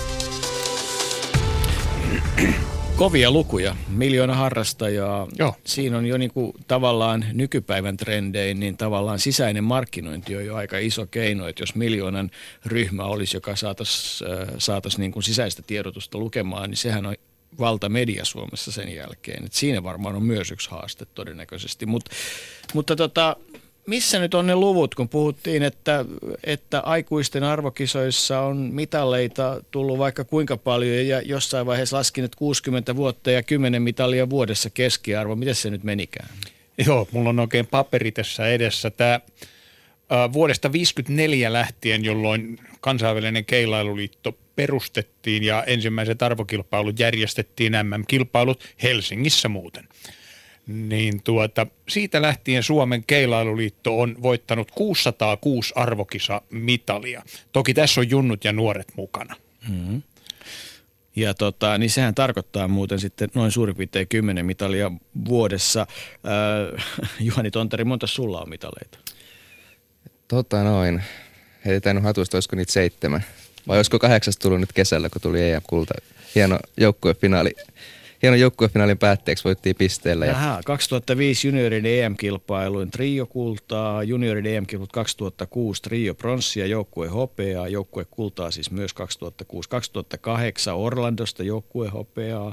Kovia lukuja, miljoona harrastajaa. Joo. Siinä on jo niin kuin tavallaan nykypäivän trendein, niin tavallaan sisäinen markkinointi on jo aika iso keino, että jos miljoonan ryhmä olisi, joka saataisiin saatais niin kuin sisäistä tiedotusta lukemaan, niin sehän on valtamedia Suomessa sen jälkeen. Et siinä varmaan on myös yksi haaste todennäköisesti, Mut, mutta tota... Missä nyt on ne luvut, kun puhuttiin, että, että aikuisten arvokisoissa on mitalleita tullut vaikka kuinka paljon ja jossain vaiheessa laskin, että kuusikymmentä vuotta ja kymmenen mitalia vuodessa keskiarvo. Miten se nyt menikään? Joo, mulla on oikein paperi tässä edessä. Tämä äh, vuodesta tuhatyhdeksänsataaviisikymmentäneljä lähtien, jolloin kansainvälinen keilailuliitto perustettiin ja ensimmäiset arvokilpailut järjestettiin, M M-kilpailut Helsingissä muuten. Niin tuota, siitä lähtien Suomen keilailuliitto on voittanut kuusisataakuusi arvokisamitalia. Toki tässä on junnut ja nuoret mukana. Mm-hmm. Ja tota, niin sehän tarkoittaa muuten sitten noin suurin piirtein kymmenen mitalia vuodessa. Äh, Juhani Tontari, monta sulla on mitaleita? Tota noin. Heitetään hatuista, olisiko niitä seitsemän. Vai olisiko kahdeksas tullut nyt kesällä, kun tuli E M-kulta. Hieno joukkuefinaali. Hieno joukkuefinaalin päätteeksi voittiin pisteellä. Aha, kaksituhattaviisi juniorin E M-kilpailuin trio kultaa, juniorin E M-kilpailut kaksituhattakuusi trio pronssia, joukkue hopeaa, joukkue kultaa siis myös kaksituhattakuusi. kaksituhattakahdeksan Orlandosta joukkue hopeaa,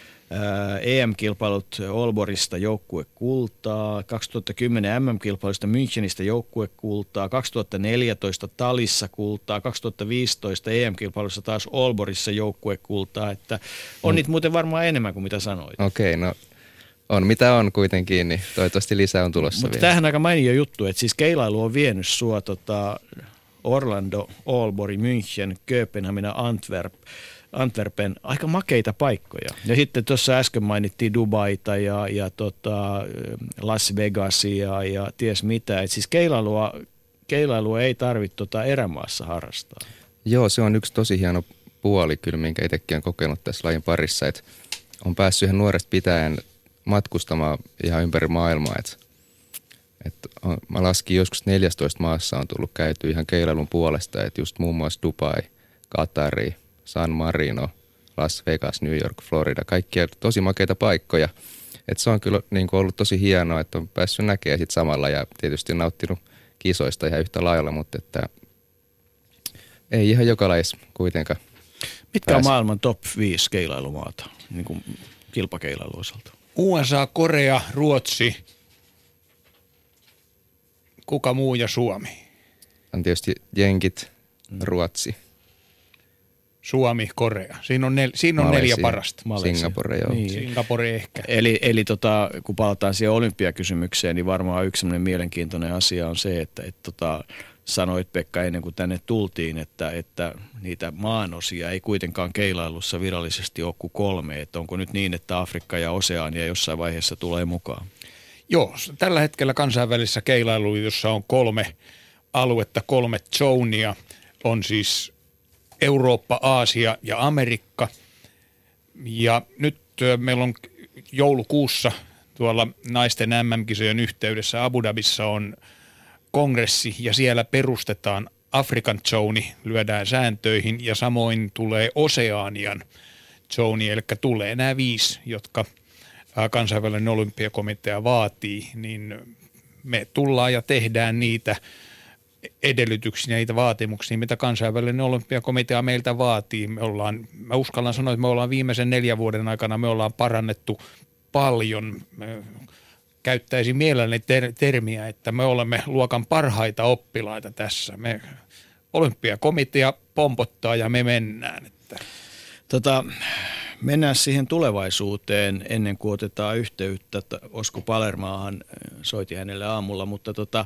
E M-kilpailut Aalborgista joukkue kultaa, kaksituhattakymmenen M M-kilpailusta Münchenistä joukkue kultaa, kaksituhattaneljätoista Talissa kultaa, kaksituhattaviisitoista E M-kilpailussa taas Aalborgissa joukkue kultaa, että on mm. niitä muuten varmaan enemmän kuin mitä sanoit. Okei, no on mitä on kuitenkin, niin toivottavasti lisää on tulossa Mutta vielä. tämähän on aika mainio juttu, että siis keilailu on vienyt sua tota, Orlando, Aalborg, München, Kööpenhamina, Antwerp, Antwerpen, aika makeita paikkoja. Ja sitten tuossa äsken mainittiin Dubaita ja, ja tota Las Vegasia ja ties mitä. Et siis keilailua, keilailua ei tarvitse tota erämaassa harrastaa. Joo, se on yksi tosi hieno puoli kyllä, minkä itsekin olen kokenut tässä lajin parissa. Et on päässyt ihan nuoresta pitäen matkustamaan ihan ympäri maailmaa. Et, et on, mä laskin joskus neljätoista maassa on tullut käyty ihan keilailun puolesta. Et just muun muassa Dubai, Katari, San Marino, Las Vegas, New York, Florida, kaikkia tosi makeita paikkoja. Et se on kyllä niin kuin ollut tosi hienoa, että on päässyt näkemään sit samalla ja tietysti nauttinut kisoista ihan yhtä lailla, mutta että ei ihan joka lajissa kuitenkaan. Mitkä pääse. on maailman top viisi keilailumaata niin kuin kilpakeilailun osalta? U S A, Korea, Ruotsi, kuka muu ja Suomi? On tietysti jenkit, Ruotsi. Suomi, Korea. Siinä on, nel, siinä on neljä parasta. Malesia. Singapore, joo. Niin. Singapore ehkä. Eli, eli tota, kun palataan siihen olympiakysymykseen, niin varmaan yksi sellainen mielenkiintoinen asia on se, että et, tota, sanoit Pekka ennen kuin tänne tultiin, että, että niitä maanosia ei kuitenkaan keilailussa virallisesti ole kuin kolme. Että onko nyt niin, että Afrikka ja Oseania jossain vaiheessa tulee mukaan? Joo, tällä hetkellä kansainvälisessä keilailussa, jossa on kolme aluetta, kolme zonia, on siis Eurooppa, Aasia ja Amerikka. Ja nyt meillä on joulukuussa tuolla naisten M M-kisojen yhteydessä Abu Dhabissa on kongressi ja siellä perustetaan Afrikan zoni, lyödään sääntöihin ja samoin tulee Oseanian zoni, eli tulee nämä viisi, jotka kansainvälinen olympiakomitea vaatii, niin me tullaan ja tehdään niitä edellytyksiä, niitä vaatimuksia, mitä kansainvälinen olympiakomitea meiltä vaatii. Me ollaan, mä uskallan sanoa, että me ollaan viimeisen neljän vuoden aikana, me ollaan parannettu paljon. Me käyttäisin mielelläni ter- termiä, että me olemme luokan parhaita oppilaita tässä. Me olympiakomitea pompottaa ja me mennään. Että. Tota, mennään siihen tulevaisuuteen ennen kuin otetaan yhteyttä. Osku Palermaahan soitin hänelle aamulla, mutta tota,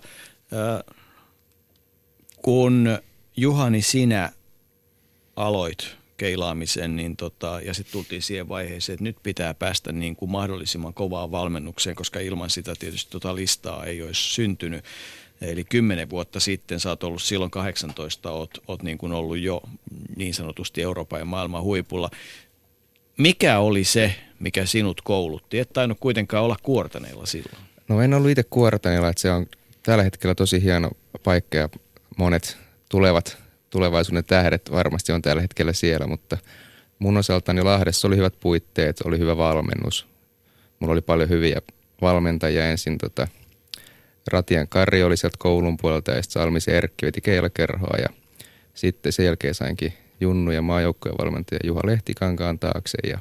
kun Juhani sinä aloit keilaamisen, niin tota, ja sitten tultiin siihen vaiheeseen, että nyt pitää päästä niin kuin mahdollisimman kovaan valmennukseen, koska ilman sitä tietysti tota listaa ei olisi syntynyt. Eli kymmenen vuotta sitten, sä oot ollut silloin kahdeksantoista, oot, oot niin kuin ollut jo niin sanotusti Euroopan ja maailman huipulla. Mikä oli se, mikä sinut koulutti? Et tainnut kuitenkaan olla Kuortaneella silloin. No en ollut itse Kuortaneella, että se on tällä hetkellä tosi hieno paikka ja monet tulevat tulevaisuuden tähdet varmasti on tällä hetkellä siellä, mutta mun osaltani Lahdessa oli hyvät puitteet, oli hyvä valmennus. Mulla oli paljon hyviä valmentajia ensin. Tota, Ratian Kari oli sieltä koulun puolelta ja sitten Salmisen Erkki veti keilakerhoa ja sitten sen jälkeen sainkin Junnu ja maajoukkojen valmentaja Juha Lehtikankaan taakse ja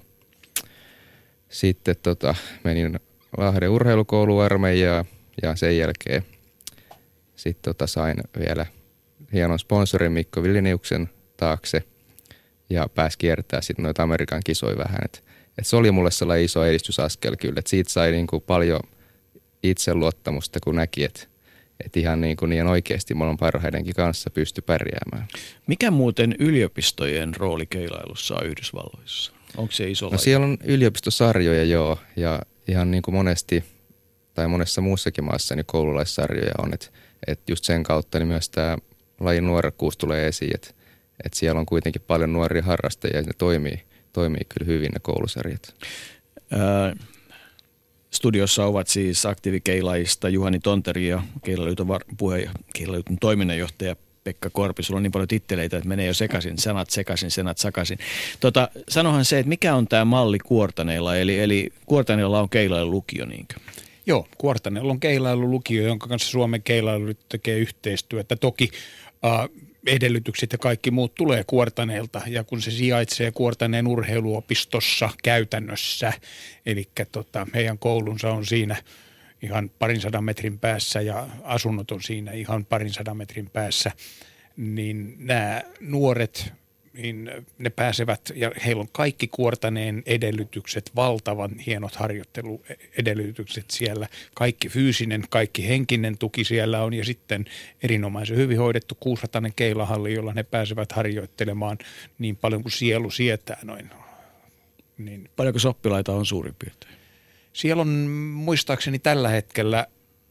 sitten tota, menin Lahden urheilukouluarmeijaan ja sen jälkeen sitten tota, sain vielä hienon sponsorin Mikko Villiniuksen taakse ja pääsi kiertämään sitten noita Amerikan kisoja vähän. Et, et se oli mulle sellainen iso edistysaskel kyllä, että siitä sai niinku paljon itseluottamusta, kun näki, että et ihan niin, kuin niin oikeasti maailman parhaidenkin kanssa pystyi pärjäämään. Mikä muuten yliopistojen rooli keilailussa on Yhdysvalloissa? Onko se iso no, laji? siellä on yliopistosarjoja joo, ja ihan niin kuin monesti tai monessa muussakin maassa niin koululaissarjoja on, että et just sen kautta niin myös tämä lajin nuorekkuus tulee esiin, että et siellä on kuitenkin paljon nuoria harrastajia ja ne toimii, toimii kyllä hyvin ne koulusarjat. Öö, studiossa ovat siis aktiivikeilaajista Juhani Tonteri ja Keilaliiton Keilaliiton toiminnanjohtaja Pekka Korpi. Sulla on niin paljon titteleitä, että menee jo sekaisin, sanat sekaisin, sanat sakaisin. Tota, sanohan se, että mikä on tämä malli Kuortaneella, eli, eli Kuortaneella on keilailulukio, niinkö? Joo, Kuortaneella on keilailulukio, jonka kanssa Suomen keilailu tekee yhteistyötä. Toki äh, edellytykset ja kaikki muut tulee Kuortaneelta, ja kun se sijaitsee Kuortaneen urheiluopistossa käytännössä, eli tota, meidän koulunsa on siinä ihan parin sadan metrin päässä ja asunnot on siinä ihan parin sadan metrin päässä, niin nämä nuoret niin ne pääsevät, ja heillä on kaikki kuortaneen edellytykset, valtavan hienot harjoitteluedellytykset siellä. Kaikki fyysinen, kaikki henkinen tuki siellä on, ja sitten erinomaisen hyvin hoidettu kuusiratainen keilahalli, jolla ne pääsevät harjoittelemaan niin paljon kuin sielu sietää noin. Niin. Paljonko oppilaita on suurin piirtein? Siellä on muistaakseni tällä hetkellä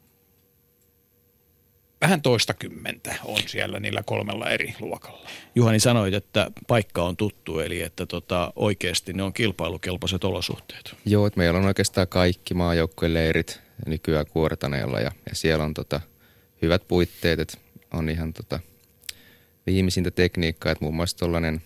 vähän toista kymmentä on siellä niillä kolmella eri luokalla. Juhani, sanoit, että paikka on tuttu, eli että tota, oikeasti ne on kilpailukelpoiset olosuhteet. Joo, että meillä on oikeastaan kaikki maajoukkueen leirit nykyään Kuortaneella ja, ja siellä on tota, hyvät puitteet, että on ihan tota, viimeisintä tekniikkaa, että muun muassa tuollainen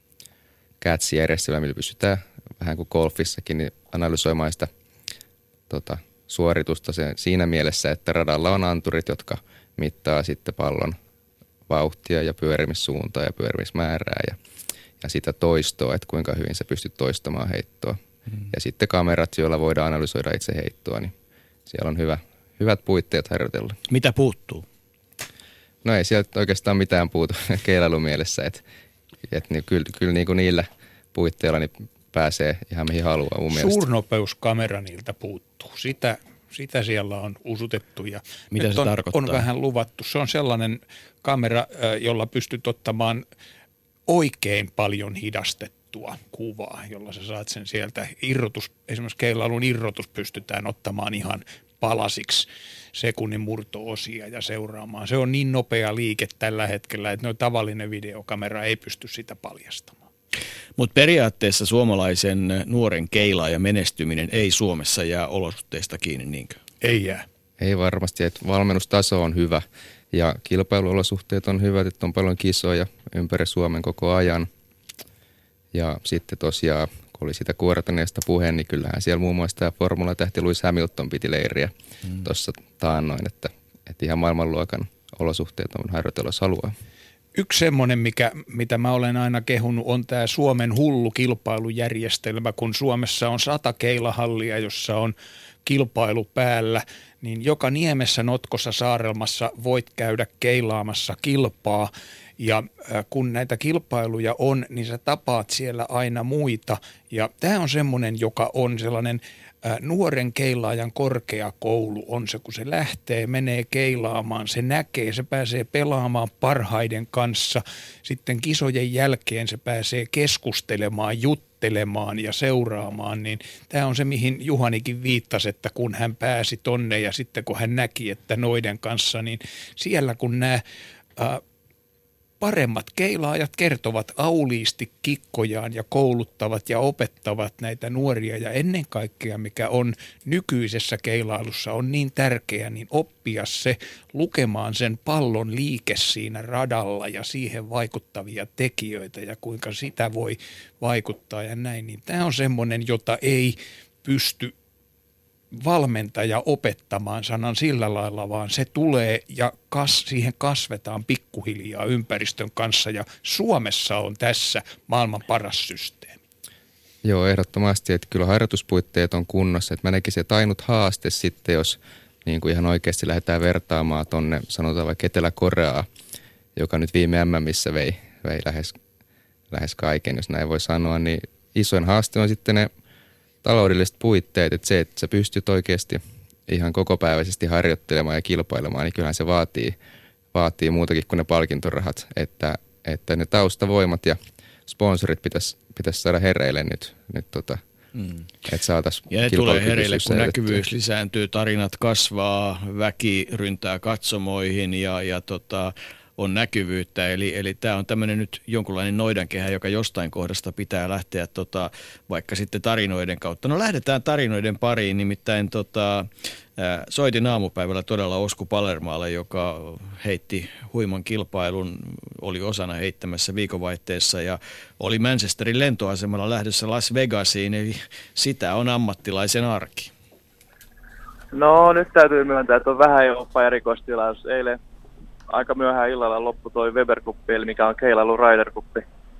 C A T S-järjestelmä, millä pystytään vähän kuin golfissakin niin analysoimaan sitä tota, suoritusta se, siinä mielessä, että radalla on anturit, jotka mittaa sitten pallon vauhtia ja pyörimissuuntaa ja pyörimismäärää ja, ja sitä toistoa, että kuinka hyvin sä pystyt toistamaan heittoa. Mm. Ja sitten kamerat, joilla voidaan analysoida itse heittoa, niin siellä on hyvä, hyvät puitteet harjoitella. Mitä puuttuu? No ei sieltä oikeastaan mitään puutu keilailumielessä, että et niin, kyllä, kyllä niin kuin niillä puitteilla niin pääsee ihan mihin haluaa mun mielestä. Suurnopeuskamera niiltä puuttuu. Sitä, sitä siellä on usutettu ja mitä se on, tarkoittaa? On vähän luvattu. Se on sellainen kamera, jolla pystyt ottamaan oikein paljon hidastettua kuvaa, jolla sä saat sen sieltä irrotus, esimerkiksi keilailun irrotus pystytään ottamaan ihan palasiksi sekunnin murto-osia ja seuraamaan. Se on niin nopea liike tällä hetkellä, että no tavallinen videokamera ei pysty sitä paljastamaan. Mutta periaatteessa suomalaisen nuoren keilaa ja menestyminen ei Suomessa jää olosuhteista kiinni, niinkö? Ei jää. Ei varmasti, että valmennustaso on hyvä ja kilpailuolosuhteet on hyvät, että on paljon kisoja ympäri Suomen koko ajan. Ja sitten tosiaan, kun oli sitä Kuortaneesta puhe, niin kyllähän siellä muun muassa tämä formula-tähti Lewis Hamilton piti leiriä mm. tuossa taannoin, että, että ihan maailmanluokan olosuhteet on harjoitella, jos haluaa. Yksi semmoinen, mikä, mitä mä olen aina kehunut, on tämä Suomen hullu kilpailujärjestelmä, kun Suomessa on sata keilahallia, jossa on kilpailu päällä, niin joka niemessä, notkossa, saarelmassa voit käydä keilaamassa kilpaa. Ja kun näitä kilpailuja on, niin sä tapaat siellä aina muita. Ja tämä on semmoinen, joka on sellainen nuoren keilaajan korkeakoulu on se, kun se lähtee, menee keilaamaan, se näkee, se pääsee pelaamaan parhaiden kanssa. Sitten kisojen jälkeen se pääsee keskustelemaan, juttelemaan ja seuraamaan. Niin tämä on se, mihin Juhanikin viittasi, että kun hän pääsi tonne ja sitten kun hän näki, että noiden kanssa, niin siellä kun nämä Äh, paremmat keilaajat kertovat auliisti kikkojaan ja kouluttavat ja opettavat näitä nuoria ja ennen kaikkea, mikä on nykyisessä keilailussa on niin tärkeää, niin oppia se lukemaan sen pallon liike siinä radalla ja siihen vaikuttavia tekijöitä ja kuinka sitä voi vaikuttaa ja näin. Niin tämä on semmoinen, jota ei pysty valmentaja opettamaan sanan sillä lailla, vaan se tulee ja kas, siihen kasvetaan pikkuhiljaa ympäristön kanssa ja Suomessa on tässä maailman paras systeemi. Joo, ehdottomasti, että kyllä harjoituspuitteet on kunnossa. Että mä näkisin, että ainut haaste sitten, jos niin kuin ihan oikeasti lähdetään vertaamaan tonne, sanotaan vaikka Etelä-Koreaa, joka nyt viime M M:issä vei, vei lähes, lähes kaiken, jos näin voi sanoa, niin isoin haaste on sitten ne taloudelliset puitteet, että se, että sä pystyt oikeasti ihan kokopäiväisesti harjoittelemaan ja kilpailemaan, niin kyllähän se vaatii, vaatii muutakin kuin ne palkintorahat, että, että ne taustavoimat ja sponsorit pitäisi, pitäisi saada hereille nyt, nyt tota, mm. että saataisiin ja ne tulee hereille, kun näkyvyys lisääntyy, tarinat kasvaa, väki ryntää katsomoihin ja, ja tota, on näkyvyyttä, eli, eli tämä on tämmöinen nyt jonkunlainen noidankehä, joka jostain kohdasta pitää lähteä tota, vaikka sitten tarinoiden kautta. No lähdetään tarinoiden pariin, nimittäin tota, ää, soitin aamupäivällä todella Osku Palermaalle, joka heitti huiman kilpailun, oli osana heittämässä viikonvaihteessa ja oli Manchesterin lentoasemalla lähdössä Las Vegasiin, eli sitä on ammattilaisen arki. No nyt täytyy myöntää, että on vähän jopa erikoistilaus. Eilen aika myöhään illalla loppu toi Weber Cup, eli mikä on keilailu Ryder Cup.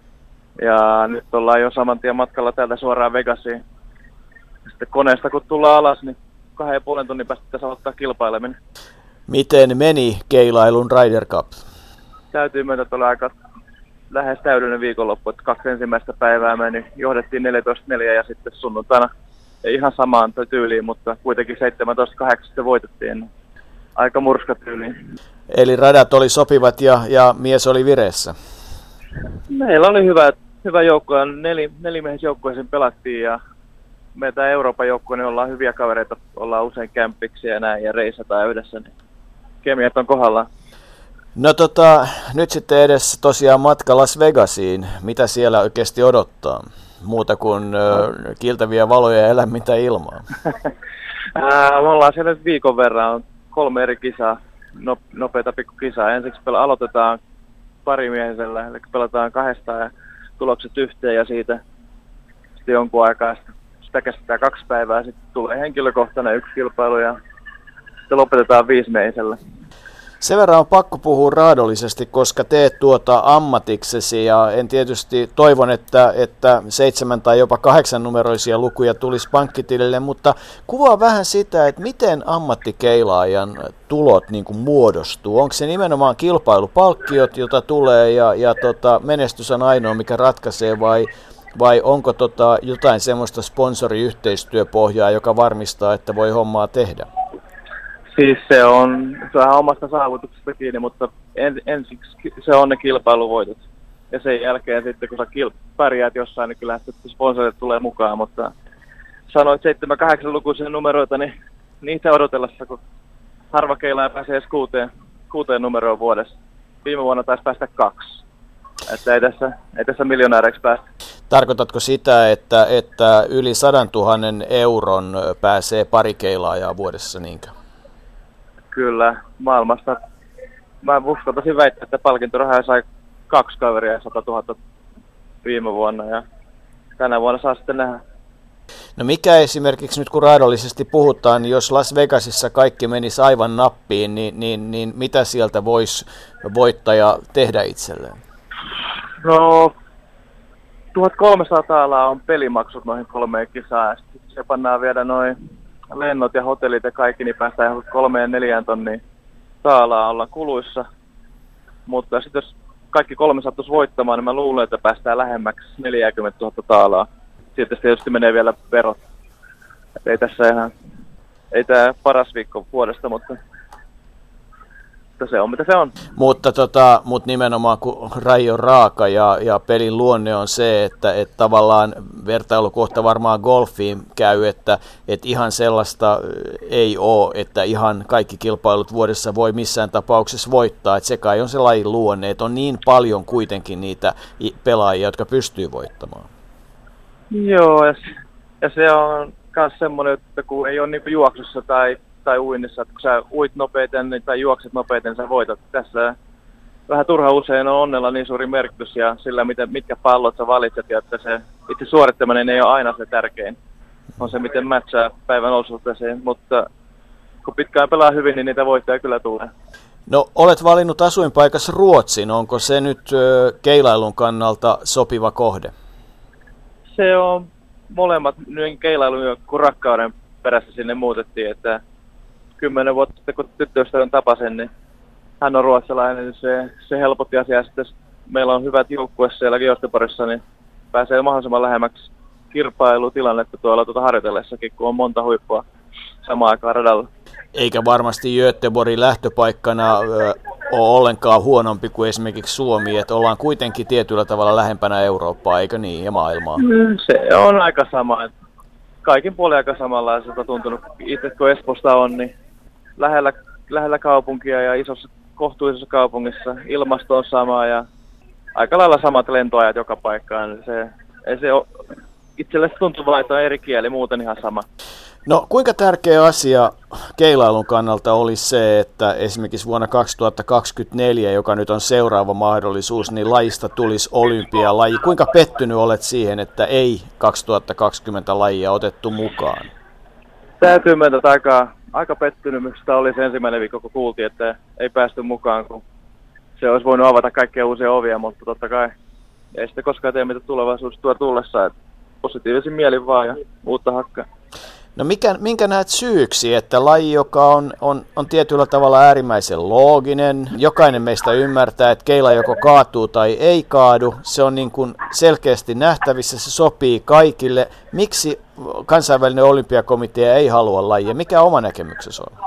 Ja nyt ollaan jo saman tien matkalla täältä suoraan Vegasiin. Sitten koneesta kun tullaan alas, niin kahden ja puolen tunnin päästä pitäisi aloittaa kilpaileminen. Miten meni keilailun Ryder Cup? Täytyy myöntää, että oli aika lähes täydellinen viikonloppu, että kaksi ensimmäistä päivää meni, johdettiin neljätoista neljä ja sitten sunnuntaina ei ihan samaan tyyliin, mutta kuitenkin seitsemäntoista kahdeksan voitettiin. Aika murskatyyliin. Eli radat oli sopivat ja, ja mies oli vireessä? Meillä oli hyvä, hyvä joukko, neli, nelimiehen joukkueeseen pelattiin ja me tämä Euroopan joukkue, niin ollaan hyviä kavereita, ollaan usein kämppiksi ja näin ja reisataan yhdessä, niin kemiat on kohdallaan. No tota, nyt sitten edes tosiaan matka Las Vegasiin. Mitä siellä oikeasti odottaa? Muuta kuin no. ö, kiiltäviä valoja ja lämmintä ilmaa. Ää, me ollaan siellä nyt viikon verran, on kolme eri kisaa, no, nopeita pikkukisaa. Ensiksi pel- aloitetaan parimiehisellä, eli pelataan kahdestaan ja tulokset yhteen ja siitä sitten jonkun aikaa sitä, sitä kestää kaksi päivää. Sitten tulee henkilökohtainen yksi kilpailu ja sitten lopetetaan viisimiehisellä. Sen verran on pakko puhua raadollisesti, koska teet tuota ammatiksesi ja en tietysti toivon, että, että seitsemän tai jopa kahdeksan numeroisia lukuja tulisi pankkitilille, mutta kuvaa vähän sitä, että miten ammattikeilaajan tulot niin kuin muodostuu. Onko se nimenomaan kilpailupalkkiot, jota tulee ja, ja tota, menestys on ainoa, mikä ratkaisee vai, vai onko tota, jotain semmoista sponsoriyhteistyöpohjaa, joka varmistaa, että voi hommaa tehdä? Siis se on, se on omasta saavutuksesta kiinni, mutta en, ensiksi se on ne kilpailuvoitot. Ja sen jälkeen sitten, kun sä kil, pärjäät jossain, niin kyllähän sitten sponsorit tulee mukaan. Mutta sanoit seitsemän kahdeksan lukuisia numeroita, niin niitä odotellessa, kun harva keilaaja pääsee edes kuuteen, kuuteen numeroon vuodessa. Viime vuonna taisi päästä kaksi. Että ei tässä, ei tässä miljonääreiksi päästä. Tarkoitatko sitä, että, että yli sadantuhannen euron pääsee pari keilaajaa vuodessa niinkö? Kyllä, maailmasta. Mä uskaltaisin väittää, että palkintorahaa sai kaksi kaveria ja sata tuhatta viime vuonna ja tänä vuonna saa sitten nähdä. No mikä esimerkiksi nyt kun raadollisesti puhutaan, niin jos Las Vegasissa kaikki menisi aivan nappiin, niin, niin, niin mitä sieltä voisi voittaja tehdä itselleen? No tuhatkolmesataa on pelimaksut noihin kolmeen kisaan ja sitten se pannaan vielä noin lennot ja hotellit ja kaikki, niin päästään johon kolmeen neljään tonniin taalaa olla kuluissa. Mutta sitten jos kaikki kolme sattuisi voittamaan, niin mä luulen, että päästään lähemmäksi neljäkymmentätuhatta taalaa. Sitten tietysti menee vielä verot. Et ei tässä ihan, ei tää paras viikko vuodesta, mutta, mutta se on mitä se on. Mutta, tota, mutta nimenomaan kun raji on raaka ja, ja pelin luonne on se, että, että tavallaan vertailukohta varmaan golfiin käy, että, että ihan sellaista ei ole, että ihan kaikki kilpailut vuodessa voi missään tapauksessa voittaa. Että se kai on se lajin luonne, että on niin paljon kuitenkin niitä pelaajia, jotka pystyy voittamaan. Joo, ja, ja se on myös semmoinen, että kun ei ole niin juoksussa tai tai uinnissa, että kun sä uit nopeiten tai juokset nopeiten, sä voitat. Tässä vähän turha usein on onnella niin suuri merkitys ja sillä, miten, mitkä pallot sä valitset, ja että se itse suorittaminen ei ole aina se tärkein. On se, miten matchaa päivän olosuhteeseen, mutta kun pitkään pelaa hyvin, niin niitä voittajia kyllä tulee. No, olet valinnut asuinpaikassa Ruotsin. Onko se nyt ö, keilailun kannalta sopiva kohde? Se on molemmat niin keilailun kuin rakkauden perässä sinne muutettiin, että kymmenen vuotta sitten, kun tyttöystävän tapasin, niin hän on ruotsalainen, niin se, se helpotti asiaa. Sitten meillä on hyvät joukkue siellä Göteborgissa, niin pääsee mahdollisimman lähemmäksi kilpailutilannetta tuolla tuota harjoitellessakin, kun on monta huippua samaan aikaan radalla. Eikä varmasti Göteborgin lähtöpaikkana ö, ole ollenkaan huonompi kuin esimerkiksi Suomi, että ollaan kuitenkin tietyllä tavalla lähempänä Eurooppaa, eikö niin, ja maailmaa? Se on aika sama. Kaikin puolin aika samanlaiselta tuntunut. Itse kun Espoosta on, niin lähellä, lähellä kaupunkia ja isossa kohtuullisessa kaupungissa ilmasto on sama ja aika lailla samat lentoajat joka paikkaan. Se, ei se ole, itselle se tuntuu vaan, että on eri kieli, muuten ihan sama. No kuinka tärkeä asia keilailun kannalta olisi se, että esimerkiksi vuonna kaksituhattakaksikymmentäneljä, joka nyt on seuraava mahdollisuus, niin lajista tulisi olympialaji. Kuinka pettynyt olet siihen, että ei kaksituhattakaksikymmentä lajia otettu mukaan? Täytyy mennä aika, aika pettynyt, sitä oli se ensimmäinen viikko, kun kuultiin, että ei päästy mukaan, kun se olisi voinut avata kaikkia uusia ovia, mutta totta kai ei sitä koskaan tee mitä tulevaisuus tuo tullessa, että positiivisin mielin vaan ja uutta hakkaa. No mikä, minkä näet syyksi, että laji, joka on, on, on tietyllä tavalla äärimmäisen looginen, jokainen meistä ymmärtää, että keila joko kaatuu tai ei kaadu, se on niin kuin selkeästi nähtävissä, se sopii kaikille. Miksi kansainvälinen olympiakomitea ei halua lajia? Mikä oma näkemyksesi on?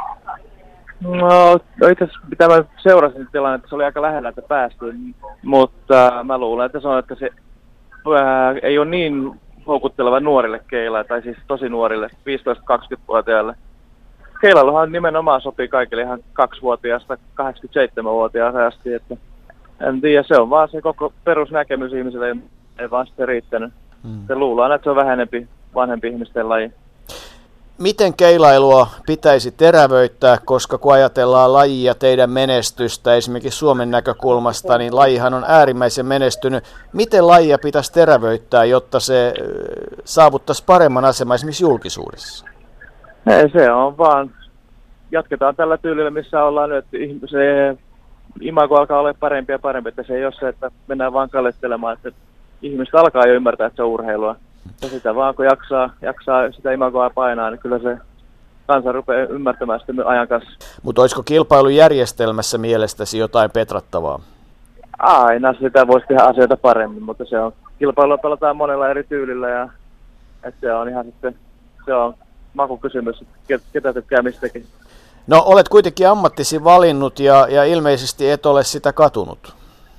No itse asiassa mitä mä seurasin tilanne, että se oli aika lähellä, että päästiin, mutta mä luulen, että se on, että se ää, ei ole niin houkutteleva nuorille keilaa, tai siis tosi nuorille, viisitoista-kaksikymmentävuotiaille. Keilailuhan nimenomaan sopii kaikille ihan kaksivuotiaasta kahdeksankymmentäseitsemänvuotiaasta asti, että en tiedä, se on vaan se koko perusnäkemys ihmisille, ei, ei vaan sitten riittänyt. Hmm. Se luullaan, että se on vähän enempi vanhempi ihmisten laji. Miten keilailua pitäisi terävöittää, koska kun ajatellaan lajia teidän menestystä esimerkiksi Suomen näkökulmasta, niin lajihan on äärimmäisen menestynyt. Miten lajia pitäisi terävöittää, jotta se saavuttaisi paremman aseman esimerkiksi julkisuudessa? Ei, se on vaan, jatketaan tällä tyylillä, missä ollaan nyt, se imago alkaa olla parempi ja parempi, että se ei ole se, että mennään vaan kallittelemaan, että ihmiset alkaa jo ymmärtää, että se on urheilua. Ja sitä vaan kun jaksaa, jaksaa sitä imagoa painaa, niin kyllä se kansa rupeaa ymmärtämään sitä ajan kanssa. Mutta olisiko kilpailujärjestelmässä mielestäsi jotain petrattavaa? Aina sitä voisi tehdä asioita paremmin, mutta se on, kilpailua pelataan monella eri tyylillä ja että se on ihan sitten, se on makukysymys, että ketä tykkää mistäkin. No olet kuitenkin ammattisi valinnut ja, ja ilmeisesti et ole sitä katunut.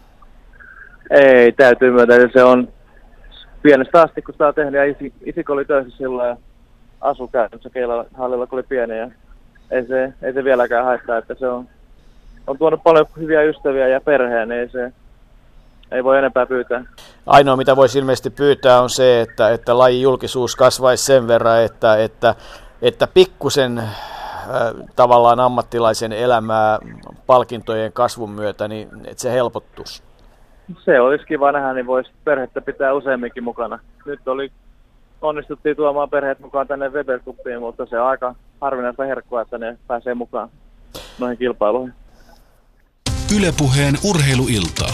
Ei, täytyy myöntää, että se on pienestä asti, kun sitä on tehnyt, ja isi, isik oli töissä silloin ja asui käytännössä keilahallilla, kun oli pieni, ja ei se, ei se vieläkään haittaa, että se on, on tuonut paljon hyviä ystäviä ja perheen, niin ei se, ei voi enempää pyytää. Ainoa, mitä voisi ilmeisesti pyytää, on se, että, että lajin julkisuus kasvaisi sen verran, että, että, että pikkusen äh, tavallaan ammattilaisen elämää palkintojen kasvun myötä, niin että se helpottuisi. Se olisi kiva nähdä, niin voisi perhettä pitää useamminkin mukana. Nyt oli, onnistuttiin tuomaan perheet mukaan tänne Weber Cupiin, mutta se on aika harvinaista herkkua, että ne pääsee mukaan noihin kilpailuihin. Yle Puheen urheiluiltaa.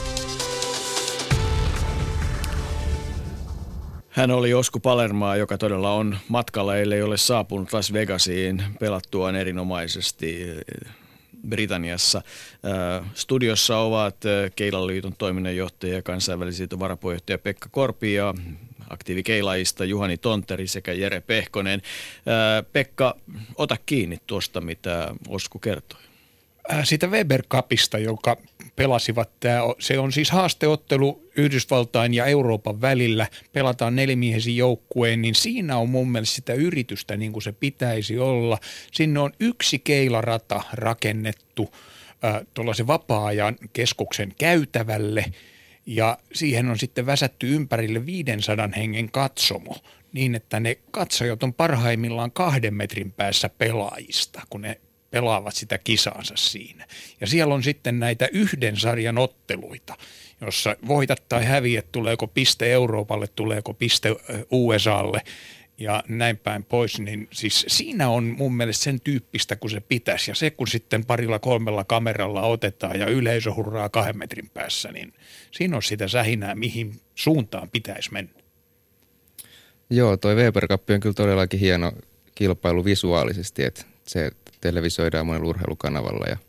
Hän oli Osku Palermaa, joka todella on matkalla, ellei ole saapunut Las Vegasiin pelattuaan erinomaisesti Britanniassa. Studiossa ovat Keilaliiton toiminnanjohtaja ja kansainvälisen varapuheenjohtaja Pekka Korpi ja aktiivikeilaajista Juhani Tonteri sekä Jere Pehkonen. Pekka, ota kiinni tuosta, mitä Osku kertoi. Siitä Weber Cupista, joka pelasivat, se on siis haasteottelu Yhdysvaltain ja Euroopan välillä, pelataan nelimiehisen joukkueen, niin siinä on mun mielestä sitä yritystä niin kuin se pitäisi olla. Sinne on yksi keilarata rakennettu äh, tuollaisen vapaa-ajan keskuksen käytävälle ja siihen on sitten väsätty ympärille viisisataa hengen katsomo niin, että ne katsojat on parhaimmillaan kahden metrin päässä pelaajista, kun ne pelaavat sitä kisaansa siinä. Ja siellä on sitten näitä yhden sarjan otteluita, jossa voitat tai häviät, tuleeko piste Euroopalle, tuleeko piste U S A:lle ja näin päin pois. Niin siis siinä on mun mielestä sen tyyppistä, kun se pitäisi. Ja se, kun sitten parilla kolmella kameralla otetaan ja yleisö hurraa kahden metrin päässä, niin siinä on sitä sähinää, mihin suuntaan pitäisi mennä. Joo, toi Weber Cup on kyllä todellakin hieno kilpailu visuaalisesti, että se televisoidaan monella urheilukanavalla ja,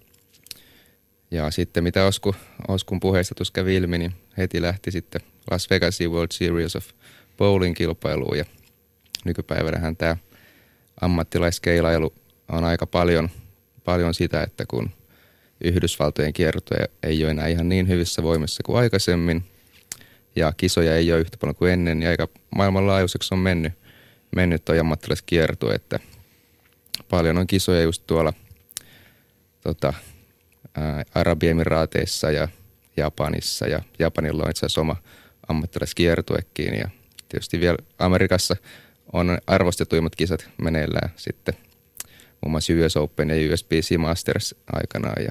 ja sitten mitä Osku, Oskun puheesta tuossa kävi ilmi, niin heti lähti sitten Las Vegasin World Series of Bowling-kilpailuun ja nykypäivänähän tämä ammattilaiskeilailu on aika paljon, paljon sitä, että kun Yhdysvaltojen kiertoja ei ole enää ihan niin hyvissä voimissa kuin aikaisemmin ja kisoja ei ole yhtä paljon kuin ennen, niin aika maailmanlaajuiseksi on mennyt, mennyt tuo ammattilaiskierto, että paljon on kisoja just tuolla tota, ää, Arabiemiraateissa ja Japanissa ja Japanilla on itse asiassa oma ammattilaiskiertuekin ja tietysti vielä Amerikassa on arvostetuimmat kisat meneillään sitten muun muassa U S Open ja U S B C Masters aikanaan ja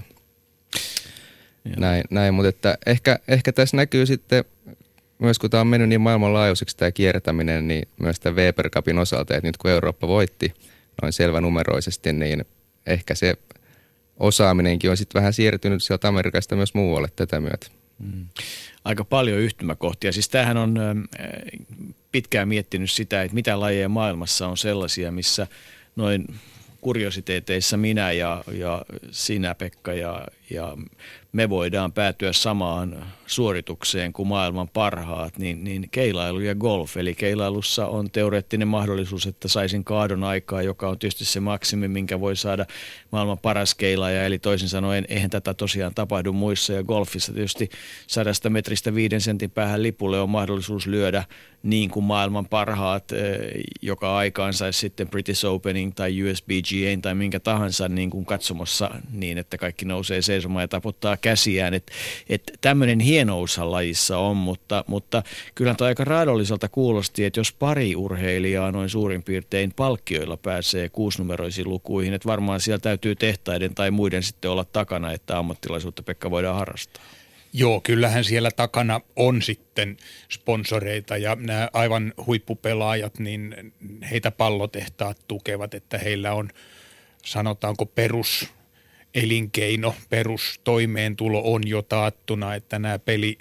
näin, näin, mutta että ehkä, ehkä tässä näkyy sitten myös kun tämä on mennyt niin maailmanlaajuiseksi tämä kiertäminen, niin myös tämän Weber Cupin osalta, että nyt kun Eurooppa voitti noin selvänumeroisesti, niin ehkä se osaaminenkin on sitten vähän siirtynyt sieltä Amerikasta myös muualle tätä myötä. Mm. Aika paljon yhtymäkohtia. Siis tämähän on pitkään miettinyt sitä, että mitä lajeja maailmassa on sellaisia, missä noin kuriositeeteissa minä ja, ja sinä Pekka ja, ja me voidaan päätyä samaan suoritukseen kuin maailman parhaat, niin, niin keilailu ja golf. Eli keilailussa on teoreettinen mahdollisuus, että saisin kaadon aikaa, joka on tietysti se maksimi, minkä voi saada maailman paras keilaaja. Eli toisin sanoen, eihän tätä tosiaan tapahdu muissa. Ja golfissa tietysti sadasta metristä viiden sentin päähän lipulle on mahdollisuus lyödä niin kuin maailman parhaat, joka aikaan saisi sitten British Opening tai U S P G A tai minkä tahansa niin kuin katsomossa niin, että kaikki nousee seisomaan ja taputtaa käsiään. Että et tämmöinen hienoushan lajissa on, mutta, mutta kyllä tuo aika raadolliselta kuulosti, että jos pari urheilijaa noin suurin piirtein palkkioilla pääsee kuusinumeroisiin lukuihin, että varmaan siellä täytyy tehtaiden tai muiden sitten olla takana, että ammattilaisuutta Pekka voidaan harrastaa. Joo, kyllähän siellä takana on sitten sponsoreita ja nämä aivan huippupelaajat, niin heitä pallotehtaat tukevat, että heillä on, sanotaanko, peruselinkeino, perustoimeentulo on jo taattuna, että nämä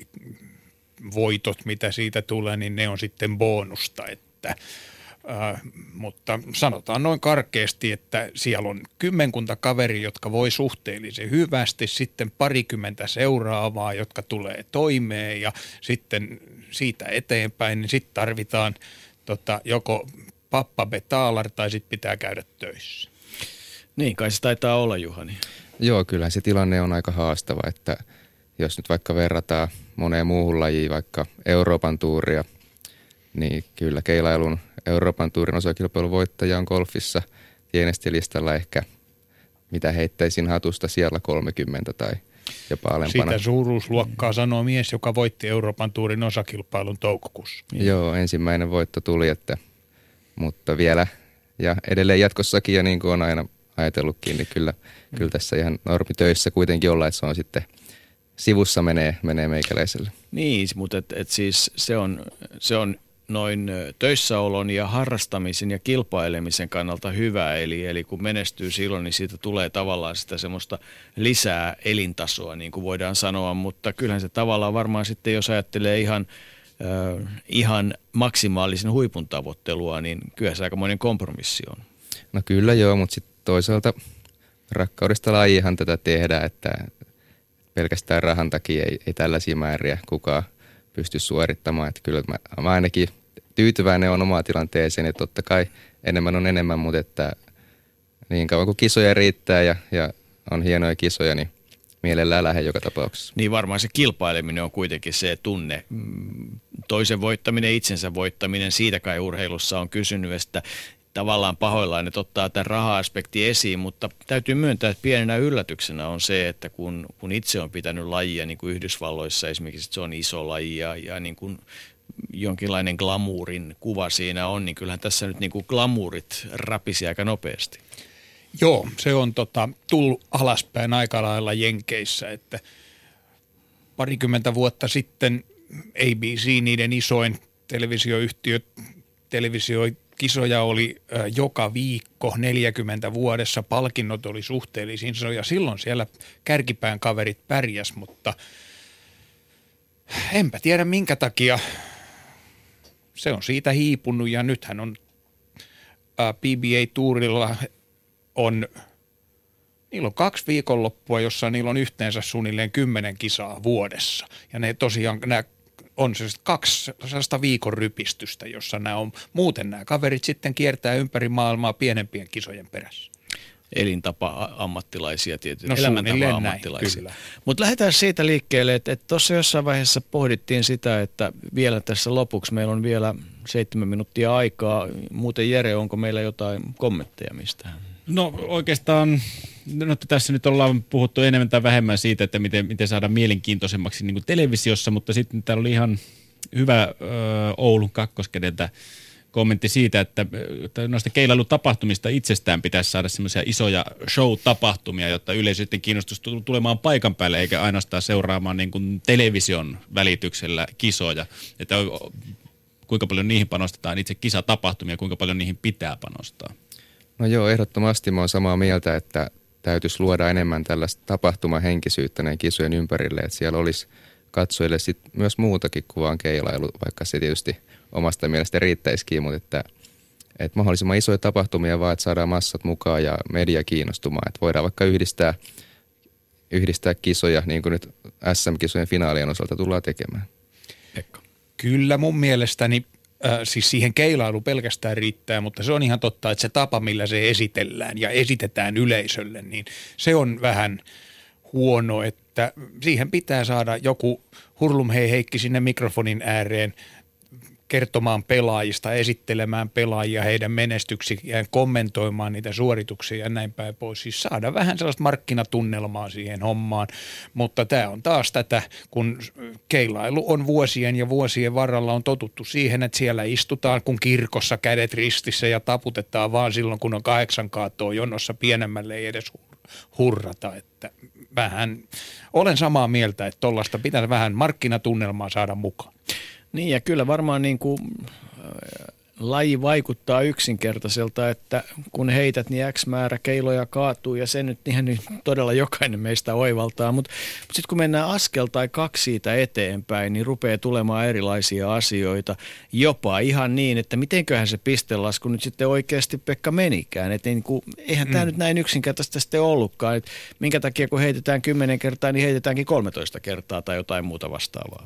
pelivoitot, mitä siitä tulee, niin ne on sitten bonusta, että Äh, mutta sanotaan noin karkeasti, että siellä on kymmenkunta kaveri, jotka voi suhteellisen hyvästi, sitten parikymmentä seuraavaa, jotka tulee toimeen ja sitten siitä eteenpäin, niin sitten tarvitaan tota, joko pappa betalar tai sitten pitää käydä töissä. Niin, kai se taitaa olla, Juhani. Joo, kyllähän se tilanne on aika haastava, että jos nyt vaikka verrataan moneen muuhun lajiin, vaikka Euroopan tuuria, niin kyllä keilailun Euroopan tuurin osakilpailun voittaja on golfissa tienestilistalla ehkä, mitä heittäisin hatusta siellä kolmekymmentä tai jopa alempana. Sitä suuruusluokkaa sanoo mies, joka voitti Euroopan tuurin osakilpailun toukokuussa. Joo, ensimmäinen voitto tuli, että, mutta vielä ja edelleen jatkossakin ja niin kuin on aina ajatellutkin, niin kyllä, mm. kyllä tässä ihan normitöissä kuitenkin ollaan, että se on sitten sivussa menee, menee meikäläiselle. Niin, mutta et, et siis se on, se on noin töissäolon ja harrastamisen ja kilpailemisen kannalta hyvä. Eli, eli kun menestyy silloin, niin siitä tulee tavallaan sitä semmoista lisää elintasoa, niin kuin voidaan sanoa. Mutta kyllähän se tavallaan varmaan sitten, jos ajattelee ihan, äh, ihan maksimaalisen huipun tavoittelua, niin kyllä se aikamoinen kompromissi on. No kyllä joo, mutta sitten toisaalta rakkaudesta lajihan tätä tehdään, että pelkästään rahan takia ei, ei tällaisia määriä kukaan pysty suorittamaan. Että kyllä mä, mä ainakin tyytyväinen on omaan tilanteeseen, että totta kai enemmän on enemmän, mutta että niin kauan kuin kisoja riittää ja, ja on hienoja kisoja, niin mielellään lähden joka tapauksessa. Niin varmaan se kilpaileminen on kuitenkin se tunne. Toisen voittaminen, itsensä voittaminen, siitä kai urheilussa on kysynyt, että tavallaan pahoillaan, että ottaa tämän raha-aspekti esiin, mutta täytyy myöntää, että pienenä yllätyksenä on se, että kun, kun itse on pitänyt lajia, niin kuin Yhdysvalloissa esimerkiksi, että se on iso laji ja, ja niin kuin jonkinlainen glamourin kuva siinä on, niin kyllähän tässä nyt niin kuin glamourit rapisi aika nopeasti. Joo, se on tota, tullut alaspäin aika lailla Jenkeissä, että parikymmentä vuotta sitten A B C, niiden isoin televisioyhtiö, televisioi kisoja oli ö, joka viikko neljäkymmentä vuodessa, palkinnot oli suhteellisen isoja. Silloin siellä kärkipään kaverit pärjäs, mutta enpä tiedä minkä takia se on siitä hiipunut ja nythän on ä, P B A-tuurilla on, niillä on kaksi viikonloppua, jossa niillä on yhteensä suunnilleen kymmenen kisaa vuodessa ja ne tosiaan nämä on se kaksi viikon rypistystä, jossa nämä on, muuten nämä kaverit sitten kiertää ympäri maailmaa pienempien kisojen perässä. Elintapa ammattilaisia tietysti, no, elämäntapa ammattilaisia. Mutta lähdetään siitä liikkeelle, että tuossa jossain vaiheessa pohdittiin sitä, että vielä tässä lopuksi meillä on vielä seitsemän minuuttia aikaa. Muuten Jere, onko meillä jotain kommentteja mistään? No oikeastaan, no tässä nyt ollaan puhuttu enemmän tai vähemmän siitä, että miten, miten saada mielenkiintoisemmaksi niin kuin televisiossa, mutta sitten täällä oli ihan hyvä ö, Oulun kakkoskädeltä kommentti siitä, että, että noista keilailutapahtumista itsestään pitäisi saada semmoisia isoja show-tapahtumia, jotta yleisö sitten kiinnostus tulemaan paikan päälle eikä ainoastaan seuraamaan niin kuin television välityksellä kisoja, että kuinka paljon niihin panostetaan itse kisatapahtumia, kuinka paljon niihin pitää panostaa. No joo, ehdottomasti mä oon samaa mieltä, että täytyisi luoda enemmän tällaista tapahtumahenkisyyttä näin kisojen ympärille, että siellä olisi katsojille sit myös muutakin kuin vaan keilailu, vaikka se tietysti omasta mielestä riittäisikin, mutta että, että mahdollisimman isoja tapahtumia vaan, että saadaan massat mukaan ja media kiinnostumaan. Että voidaan vaikka yhdistää, yhdistää kisoja, niin kuin nyt S M-kisojen finaalien osalta tullaan tekemään. Pekka. Kyllä mun mielestäni äh, siis siihen keilailu pelkästään riittää, mutta se on ihan totta, että se tapa, millä se esitellään ja esitetään yleisölle, niin se on vähän huono, että siihen pitää saada joku hurlumhei Heikki sinne mikrofonin ääreen kertomaan pelaajista, esittelemään pelaajia, heidän menestyksiään, kommentoimaan niitä suorituksia ja näin päin pois. Siis saada vähän sellaista markkinatunnelmaa siihen hommaan, mutta tämä on taas tätä, kun keilailu on vuosien ja vuosien varrella on totuttu siihen, että siellä istutaan kun kirkossa kädet ristissä ja taputetaan vaan silloin, kun on kahdeksan kaatoa jonossa, pienemmälle ei edes hurrata, että vähän olen samaa mieltä, että tuollaista pitää vähän markkinatunnelmaa saada mukaan. Niin ja kyllä varmaan niin kuin, äh, laji vaikuttaa yksinkertaiselta, että kun heität, niin X määrä keiloja kaatuu ja se nyt ihan nyt todella jokainen meistä oivaltaa. Mutta mut sitten kun mennään askel tai kaksi siitä eteenpäin, niin rupeaa tulemaan erilaisia asioita. Jopa ihan niin, että mitenköhän se pistelasku nyt sitten oikeasti Pekka menikään. Et niin kuin, eihän tämä mm. nyt näin yksinkertaisesti sitten ollutkaan. Et minkä takia kun heitetään kymmenen kertaa, niin heitetäänkin kolmetoista kertaa tai jotain muuta vastaavaa.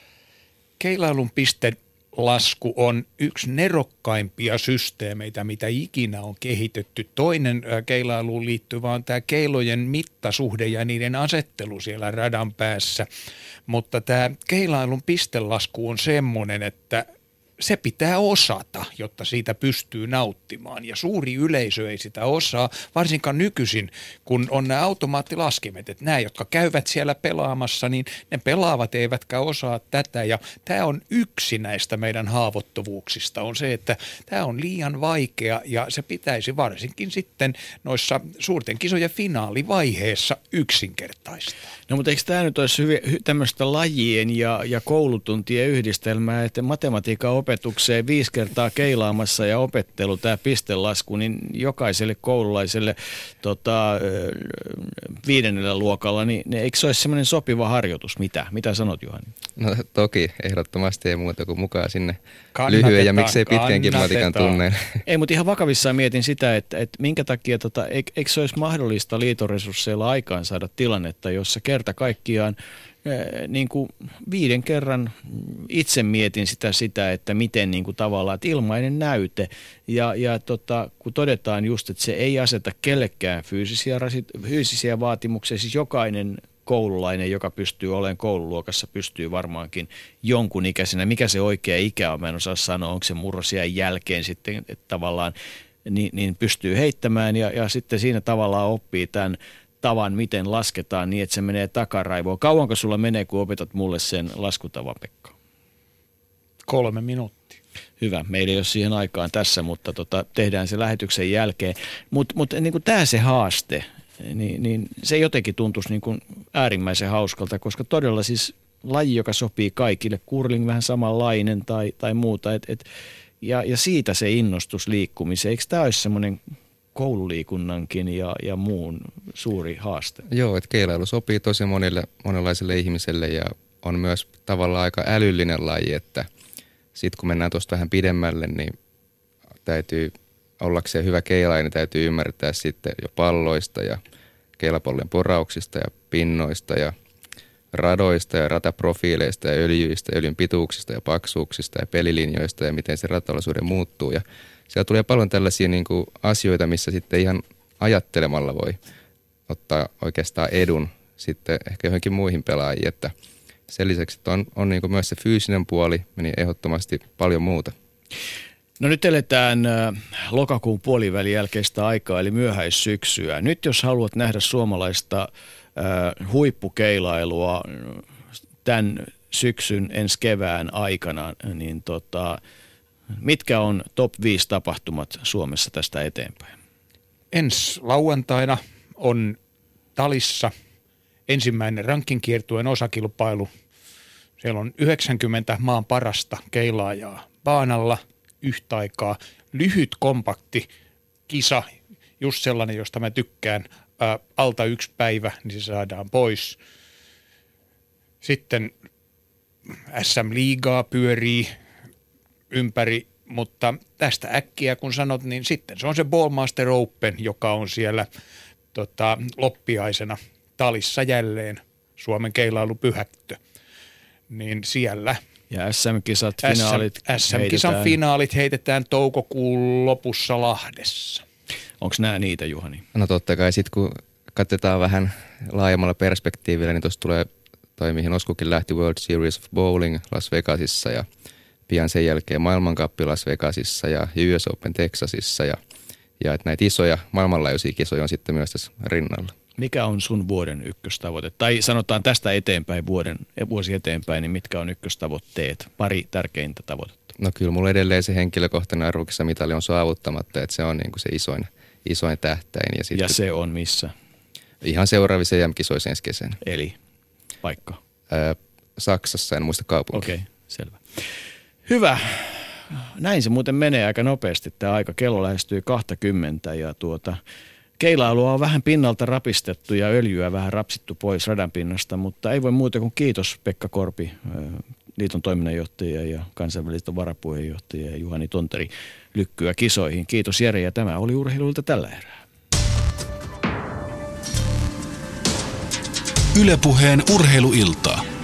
Keilailun pistelasku on yksi nerokkaimpia systeemeitä, mitä ikinä on kehitetty. Toinen keilailuun liittyvä on tämä keilojen mittasuhde ja niiden asettelu siellä radan päässä. Mutta tämä keilailun pistelasku on semmoinen, että se pitää osata, jotta siitä pystyy nauttimaan. Ja suuri yleisö ei sitä osaa, varsinkaan nykyisin, kun on nämä automaattilaskimet. Että nämä, jotka käyvät siellä pelaamassa, niin ne pelaavat eivätkä osaa tätä. Ja tämä on yksi näistä meidän haavoittuvuuksista, on se, että tämä on liian vaikea ja se pitäisi varsinkin sitten noissa suurten kisojen finaalivaiheessa yksinkertaistaa. No mutta eikö tämä nyt olisi hyvin, tämmöistä lajien ja, ja koulutuntien yhdistelmää, että matematiikan opetukseen viisi kertaa keilaamassa ja opettelu, tämä pistelasku, niin jokaiselle koululaiselle tota, viidennellä luokalla, niin eikö se olisi semmoinen sopiva harjoitus? Mitä? Mitä sanot, Juhani? No toki, ehdottomasti ei muuta kuin mukaan sinne lyhyen ja miksei pitkänkin matikan tunneen. Ei, mutta ihan vakavissaan mietin sitä, että, että minkä takia, tota, eikö se olisi mahdollista liitoresursseilla aikaan saada tilannetta, jossa kerta kaikkiaan niin kuin viiden kerran itse mietin sitä, sitä että miten niin kuin tavallaan, että ilmainen näyte ja, ja tota, kun todetaan just, että se ei aseta kellekään fyysisiä, rasit, fyysisiä vaatimuksia, siis jokainen koululainen, joka pystyy olemaan koululuokassa, pystyy varmaankin jonkun ikäisenä. Mikä se oikea ikä on, mä en osaa sanoa, onko se murrosiän jälkeen sitten, että tavallaan niin, niin pystyy heittämään ja, ja sitten siinä tavallaan oppii tämän tavan, miten lasketaan niin, että se menee takaraivoon. Kauanko sulla menee, kun opetat mulle sen laskutavan, Pekka? Kolme minuuttia. Hyvä. Meillä ei ole siihen aikaan tässä, mutta tota, tehdään se lähetyksen jälkeen. Mutta mut, niin tämä se haaste, niin, niin se jotenkin tuntuisi niin kuin äärimmäisen hauskalta, koska todella siis laji, joka sopii kaikille, curling vähän samanlainen tai, tai muuta, et, et, ja, ja siitä se innostus liikkumiseen. Eikö tämä olisi semmoinen koululiikunnankin ja, ja muun suuri haaste? Joo, että keilailu sopii tosi monille, monenlaiselle ihmiselle ja on myös tavallaan aika älyllinen laji, että sitten kun mennään tuosta vähän pidemmälle, niin täytyy ollakseen hyvä keilaaja, niin täytyy ymmärtää sitten jo palloista ja keilapallojen porauksista ja pinnoista ja radoista ja rataprofiileista ja öljyistä, öljyn pituuksista ja paksuuksista ja pelilinjoista ja miten se rataolosuhde muuttuu. Ja siellä tulee paljon tällaisia niin kuin asioita, missä sitten ihan ajattelemalla voi ottaa oikeastaan edun sitten ehkä johonkin muihin pelaajiin, että sen lisäksi että on, on niin kuin myös se fyysinen puoli, niin ehdottomasti paljon muuta. No nyt eletään lokakuun puolivälin jälkeistä aikaa, eli myöhäissyksyä. Nyt jos haluat nähdä suomalaista äh, huippukeilailua tämän syksyn ensi kevään aikana, niin tota, mitkä on top viisi tapahtumat Suomessa tästä eteenpäin? Ensi lauantaina on Talissa ensimmäinen rankinkiertueen osakilpailu. Siellä on yhdeksänkymmentä maan parasta keilaajaa baanalla yhtä aikaa. Lyhyt, kompakti kisa, just sellainen, josta mä tykkään. Ää, alta yksi päivä, niin se saadaan pois. Sitten S M-liigaa pyörii ympäri, mutta tästä äkkiä kun sanot, niin sitten se on se Ballmaster Open, joka on siellä tota, loppiaisena Talissa jälleen, Suomen keilailupyhättö. Niin siellä ja S M-kisat, finaalit S M-kisan heitetään. finaalit heitetään toukokuun lopussa Lahdessa. Onko nämä niitä, Juhani? No totta kai sitten kun katsotaan vähän laajemmalla perspektiivillä, niin tuossa tulee toi, mihin Oskukin lähti, World Series of Bowling Las Vegasissa ja pian sen jälkeen maailmankappi Las Vegasissa ja U S Open Texasissa ja, ja että näitä isoja maailmanlaajuisia kisoja on sitten myös tässä rinnalla. Mikä on sun vuoden ykköstavoite? Tai sanotaan tästä eteenpäin, vuoden, vuosi eteenpäin, niin mitkä on ykköstavoitteet? Pari tärkeintä tavoitetta. No kyllä mulla edelleen se henkilökohtainen arvokisamitali on saavuttamatta, että se on niin kuin se isoin, isoin tähtäin. Ja, ja se on missä? Ihan seuraavissa E M-kisoissa ensi kesänä. Eli paikka? Öö, Saksassa, en muista kaupunkia. Okei, okay, selvä. Hyvä. Näin se muuten menee aika nopeasti tämä aika. Kello lähestyy kaksikymmentä ja tuota, keilailua on vähän pinnalta rapistettu ja öljyä vähän rapsittu pois radan pinnasta, mutta ei voi muuta kuin kiitos Pekka Korpi, liiton toiminnanjohtaja ja kansainvälisten varapuheenjohtaja ja Juhani Tonteri lykkyä kisoihin. Kiitos Jere ja tämä oli Urheilulta tällä erää. Yle Puheen urheiluiltaa.